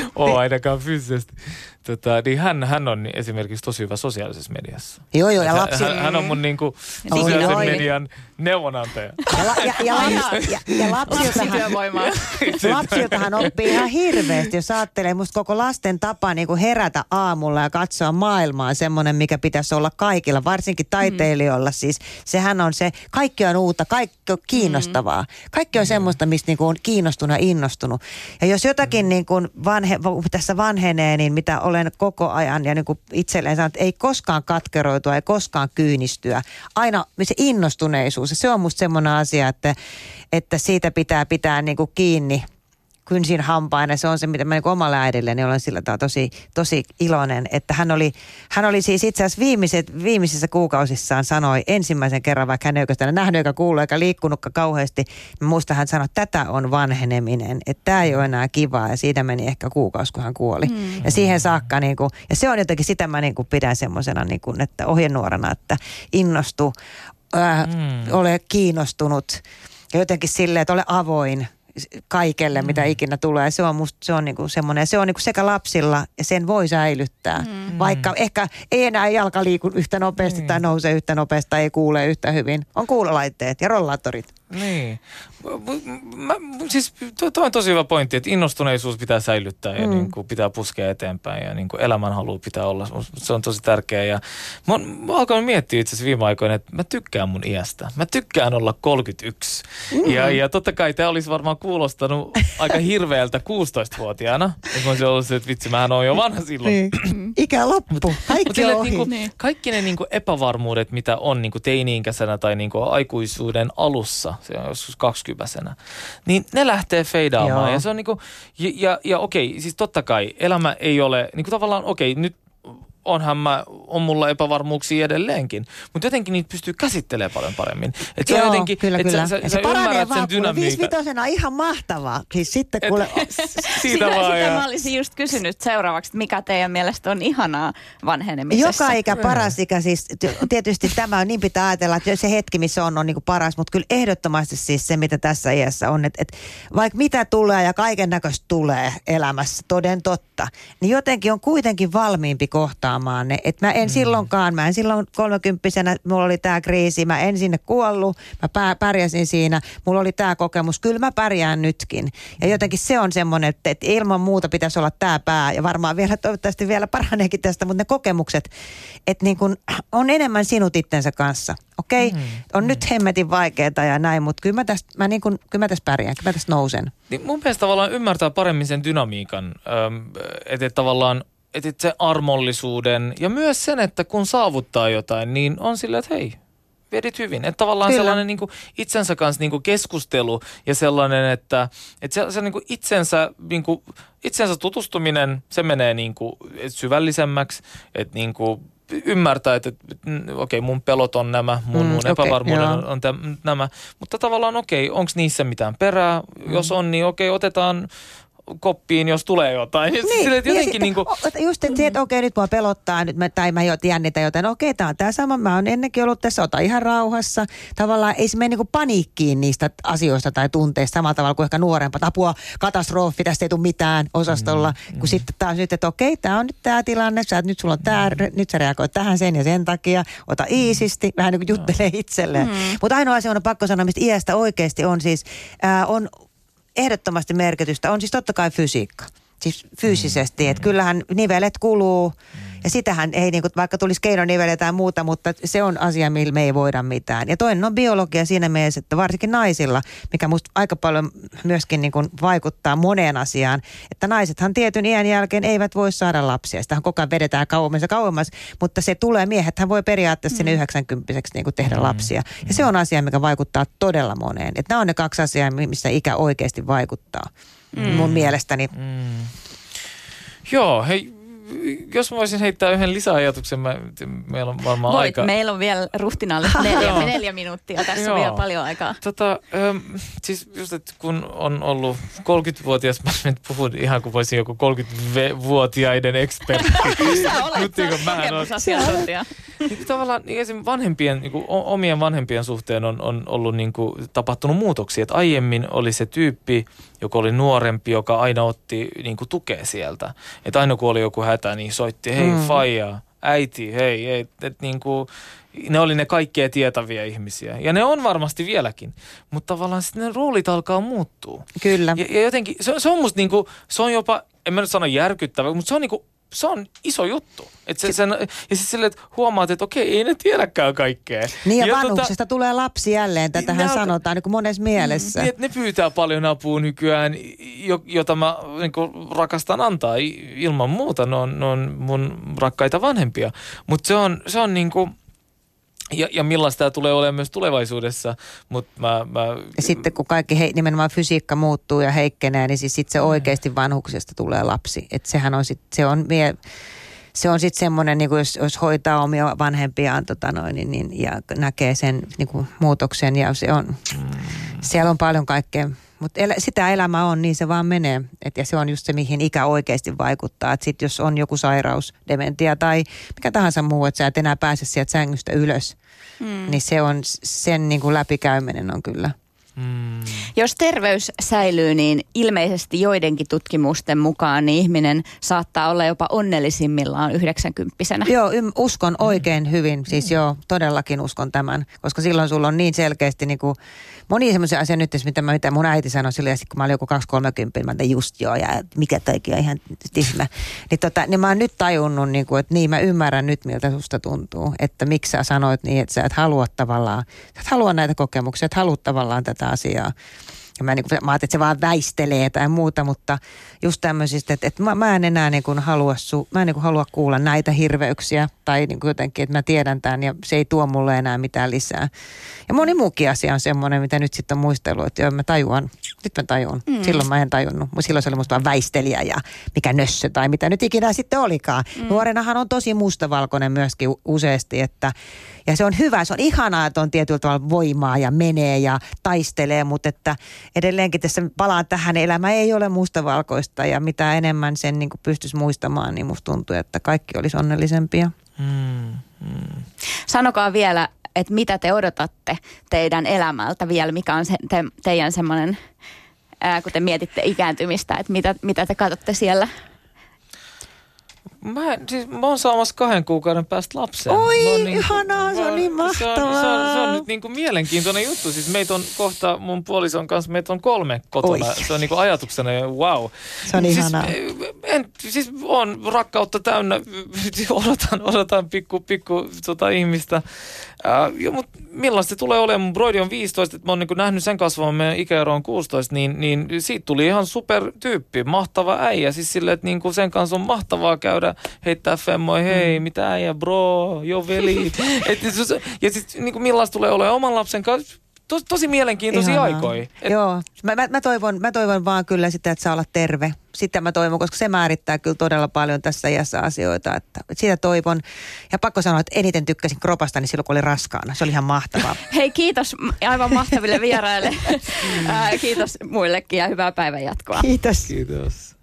ole ainakaan fyysisesti. Tota, niin hän, hän on esimerkiksi tosi hyvä sosiaalisessa mediassa. Joo, joo, ja lapsi... Hän, hän on mun niinku sosiaalisen oi, median neuvonantaja. Ja, la, ja, ja, lapsi, ja, ja lapsiltahan, lapsiltahan oppii ihan hirveästi, jos ajattelee, musta koko lasten tapa niin kuin herätä aamulla ja katsoa maailmaa on semmoinen, mikä pitäisi olla kaikilla, varsinkin taiteilijoilla. Siis sehän on se, kaikki on uutta, kaikki on kiinnostavaa. Kaikki on semmoista, mistä niin kuin on kiinnostunut ja innostunut. Ja jos jotakin niin kuin vanhe, tässä vanhenee, niin mitä olen koko ajan ja niin kuin itselleen sanonut, että ei koskaan katkeroitua, ei koskaan kyynistyä. Aina se innostuneisuus, se on musta semmoinen asia, että, että siitä pitää pitää niin kuin kiinni kynsin hampaina. Se on se, mitä mä niin kuin omalle äidilleni olen sillä tavalla tosi, tosi iloinen, että hän oli, hän oli siis itse asiassa viimeiset, viimeisissä kuukausissaan sanoi ensimmäisen kerran, vaikka hän ei oikeastaan nähnyt eikä kuullut eikä liikkunutkaan kauheasti, niin muista hän sanoi, että tätä on vanheneminen, että tämä ei ole enää kivaa ja siitä meni ehkä kuukausi, kun hän kuoli. Mm. Ja siihen saakka, niin kuin, ja se on jotenkin, sitä mä niin kuin pidän semmoisena, niin kuin, että ohjenuorana, että innostu, ää, mm. ole kiinnostunut ja jotenkin silleen, että ole avoin kaikelle, mm. mitä ikinä tulee. Se on musta, se on niinku semmoinen, se on niinku sekä lapsilla ja sen voi säilyttää. Mm. Vaikka ehkä ei enää jalka liiku yhtä nopeasti mm. tai nouse yhtä nopeasti tai ei kuule yhtä hyvin. On kuulolaitteet ja rollaattorit. Niin. Mä, siis tuo on tosi hyvä pointti, että innostuneisuus pitää säilyttää ja mm. niin kuin pitää puskea eteenpäin ja niin kuin elämänhalu pitää olla. Se on tosi tärkeää. Ja mä, mä alkoin miettiä itse asiassa viime aikoina, että mä tykkään mun iästä. Mä tykkään olla kolmekymmentäyksi. Mm. Ja, ja totta kai tämä olisi varmaan kuulostanut aika hirveältä kuusitoistavuotiaana. Että mä olisin ollut se, että vitsi, mähän on jo vanha silloin. Niin. Ikä loppu. Kaikki on ohi. Niin kuin, kaikki ne niin kuin epävarmuudet, mitä on niin kuin teini-ikäisenä tai niin kuin aikuisuuden alussa, se on joskus kaksikymppisenä, niin ne lähtee feidaamaan. Joo. Ja se on niinku, ja, ja, ja okei, siis totta kai elämä ei ole, niinku tavallaan okei, nyt onhan mä, on mulla epävarmuuksia edelleenkin, mutta jotenkin niitä pystyy käsittelemään paljon paremmin. Et se Joo, on jotenkin, kyllä, et kyllä. Sä, ja sä se paranee vaan, kuule viisivitosena ihan mahtavaa. Siis sitten kuule... Siitä sitä, vaan. sitä Ja... mä olisin just kysynyt seuraavaksi, että mikä teidän mielestä on ihanaa vanhenemisessa? Joka ikä paras ikä, siis tietysti tämä on, niin pitää ajatella, että se hetki, missä on, on niin kuin paras, mutta kyllä ehdottomasti siis se, mitä tässä iässä on, että, että vaikka mitä tulee ja kaiken näköistä tulee elämässä, toden totta, niin jotenkin on kuitenkin valmiimpi kohtaamaan ne, että mä en mm. silloinkaan, mä en silloin kolmekymppisenä, mulla oli tää kriisi, mä en sinne kuollut, mä pärjäsin siinä, mulla oli tää kokemus, kyllä mä pärjään nytkin. Ja jotenkin se on semmoinen, että, että ilman muuta pitäisi olla tää pää, ja varmaan vielä toivottavasti vielä paraneekin tästä, mutta ne kokemukset, että niin kun on enemmän sinut itsensä kanssa, okei? Okay? Mm. On mm. nyt hemmetin vaikeeta ja näin, mutta kyllä mä tästä, mä niin kun, kyllä mä tästä pärjään, kyllä mä tästä nousen. Niin mun mielestä tavallaan ymmärtää paremmin sen dynamiikan, että et tavallaan että et se armollisuuden ja myös sen, että kun saavuttaa jotain, niin on sillä, että hei, vedit hyvin. Että tavallaan Kyllä. sellainen niin kuin itsensä kanssa niin kuin keskustelu ja sellainen, että, että se, se niin kuin itsensä, niin kuin, itsensä tutustuminen, se menee niin kuin syvällisemmäksi, että niin kuin ymmärtää, että, että okei, okay, mun pelot on nämä, mun, mm, mun okay, epävarmuuden on, on täm, nämä, mutta tavallaan okei, okay, onko niissä mitään perää? Mm. Jos on, niin okei, okay, otetaan koppiin, jos tulee jotain. Niin, Sille, että jotenkin sitten, niin kuin... just että, että okei, nyt mua pelottaa, nyt mä, tai mä jännitä joten okei, tää on tää sama, mä oon ennenkin ollut tässä, ota ihan rauhassa. Tavallaan ei se mene niin kuin paniikkiin niistä asioista tai tunteista samalla tavalla kuin ehkä nuorempat. Apua, katastrofi, tästä ei tule mitään osastolla. Mm, kun mm. sitten taas nyt, että okei, tää on nyt tää tilanne, sä, nyt sulla on tää, mm. nyt sä reagoit tähän sen ja sen takia, ota iisisti, vähän niin kuin juttelee itselleen. Mm. Mutta ainoa asia on pakko sanoa, mistä iästä oikeasti on siis, ää, on ehdottomasti merkitystä, on siis totta kai fysiikka. Siis fyysisesti, että kyllähän nivelet kuluu ja sitähän ei, niin kuin, vaikka tulisi keinoniveleitä tai muuta, mutta se on asia, millä me ei voida mitään. Ja toinen on biologia siinä mielessä, että varsinkin naisilla, mikä musta aika paljon myöskin niin kuin vaikuttaa moneen asiaan, että naisethan tietyn iän jälkeen eivät voi saada lapsia. Sitähän koko ajan vedetään kauemmas ja kauemmas, mutta se tulee, miehethän voi periaatteessa sinne yhdeksänkymmentäksi niin kuin tehdä mm. lapsia. Ja se on asia, mikä vaikuttaa todella moneen. Että nämä on ne kaksi asiaa, missä ikä oikeasti vaikuttaa. Mm. Mun mielestäni. Mm. Joo, hei, jos mä voisin heittää yhden lisäajatuksen, mä, meillä on varmaan Voit, aika. meillä on vielä ruhtinaallista neljä, neljä minuuttia, tässä Joo. on vielä paljon aikaa. Tota, ähm, siis just, että kun on ollut kolmekymmentävuotias, mä nyt puhun ihan kuin voisin joku kolmekymmentävuotiaiden ekspertti. Sä olet, sä olet kokemusasiantuntija. Niin, tavallaan niin esimerkiksi vanhempien, niin kuin omien vanhempien suhteen on, on ollut niin kuin, tapahtunut muutoksia. Et aiemmin oli se tyyppi, joka oli nuorempi, joka aina otti niin kuin, tukea sieltä. Että aina kun oli joku hätä, niin soitti, hei mm. faija, äiti, hei. Et, et, niin kuin, ne oli ne kaikkea tietäviä ihmisiä. Ja ne on varmasti vieläkin. Mutta tavallaan sitten ne roolit alkaa muuttua. Kyllä. Ja, ja jotenkin, se, se on musta niin kuin, se on jopa, en mä nyt sano järkyttävä, mutta se on niin kuin, se on iso juttu. Et se, sen, ja sitten silleen, että huomaat, että okei, ei ne tiedäkään kaikkea. Niin ja, ja vanhuksesta tota, tulee lapsi jälleen, tätähän ne, sanotaan niin kuin monessa mielessä. Niin, ne pyytää paljon apua nykyään, jota mä niin kuin, rakastan antaa ilman muuta. Ne on, ne on mun rakkaita vanhempia. Mutta se on, se on niin kuin, ja, ja millaista tämä tulee olemaan myös tulevaisuudessa. Mut mä, mä, ja sitten kun kaikki he, nimenomaan fysiikka muuttuu ja heikkenee, niin siis sitten se oikeasti vanhuksesta tulee lapsi. Että sehän on sitten, se on vie, se on sitten semmoinen, niin jos, jos hoitaa omia vanhempiaan tota noin, niin, niin, ja näkee sen niin kuin muutoksen ja se on, mm. siellä on paljon kaikkea. Mutta el, sitä elämä on, niin se vaan menee. Et, ja se on just se, mihin ikä oikeasti vaikuttaa. Että sitten jos on joku sairaus, dementia tai mikä tahansa muu, että sä et enää pääse sieltä sängystä ylös, mm. niin se on, sen niin kuin läpikäyminen on kyllä. Mm. Jos terveys säilyy, niin ilmeisesti joidenkin tutkimusten mukaan niin ihminen saattaa olla jopa onnellisimmillaan yhdeksänkymppisenä. Joo, uskon oikein hyvin. Siis joo, todellakin uskon tämän. Koska silloin sulla on niin selkeästi niin kuin moni semmoisia asioita nyt, mitä, mä, mitä mun äiti sanoi silloin, kun mä olin joku kaksi kolmekymmentä, mä tein just joo, ja mikä toikin on ihan tismä. Niin, tota, niin mä oon nyt tajunnut, niin kuin, että niin mä ymmärrän nyt, miltä susta tuntuu. Että miksi sä sanoit niin, että sä et halua tavallaan, sä et halua näitä kokemuksia, et halua tavallaan tätä asiaa. Ja mä, niin kuin, mä ajattelin, että se vaan väistelee tai muuta, mutta just tämmöisistä, että, että mä, mä en enää niin kuin halua, su, mä en niin kuin halua kuulla näitä hirveyksiä tai niin kuin jotenkin, että mä tiedän tämän ja se ei tuo mulle enää mitään lisää. Ja moni muukin asia on semmoinen, mitä nyt sitten on muistellut, että joo, mä tajuan, nyt mä tajun. Mm. Silloin mä en tajunnut. Silloin se oli musta vaan väistelijä ja mikä nössö tai mitä nyt ikinä sitten olikaan. Mm. Nuorenahan on tosi mustavalkoinen myöskin useasti, että ja se on hyvä, se on ihanaa, että on tietyllä tavalla voimaa ja menee ja taistelee, mutta että edelleenkin tässä palaan tähän, elämä ei ole mustavalkoista ja mitä enemmän sen niin kuin pystyisi muistamaan, niin musta tuntuu, että kaikki olisi onnellisempia. Mm, mm. Sanokaa vielä, että mitä te odotatte teidän elämältä vielä, mikä on se, te, teidän semmoinen, ää, kun te mietitte ikääntymistä, että mitä, mitä te katsotte siellä? Mä, siis, mä oon saamassa kahden kuukauden päästä lapsen. Oi, niin, ihanaa, se on niin mahtavaa. Se on, se on, se on nyt niin kuin mielenkiintoinen juttu. Siis meitä on kohta mun puolison kanssa, meitä on kolme kotona. Oi. Se on niin kuin ajatuksena ja wow. Se on siis, ihanaa. En, siis on rakkautta täynnä, odotan, odotan pikku, pikku tota ihmistä. Äh, mutta millaista se tulee olemaan? Mun broidi on viisitoista, että mä oon niin kuin nähnyt sen kasvavan, meidän ikäero on kuusitoista, niin, niin siitä tuli ihan super tyyppi, mahtava äijä. Siis silleen, että niin kuin sen kanssa on mahtavaa käydä heittää femmoi, hei, mm. mitä äijä, bro, jo veli. Et, ja sitten niin kuin millaista tulee olemaan oman lapsen kanssa? Tos, tosi mielenkiintoisia aikoja. Et... Joo, mä, mä, mä, toivon, mä toivon vaan kyllä sitä, että saa olla terve. Sitä mä toivon, koska se määrittää kyllä todella paljon tässä iässä asioita. Että, että sitä toivon. Ja pakko sanoa, että eniten tykkäsin kropasta, niin silloin kun oli raskaana. Se oli ihan mahtavaa. Hei, kiitos aivan mahtaville vieraille. Kiitos muillekin ja hyvää päivänjatkoa. Kiitos. Kiitos.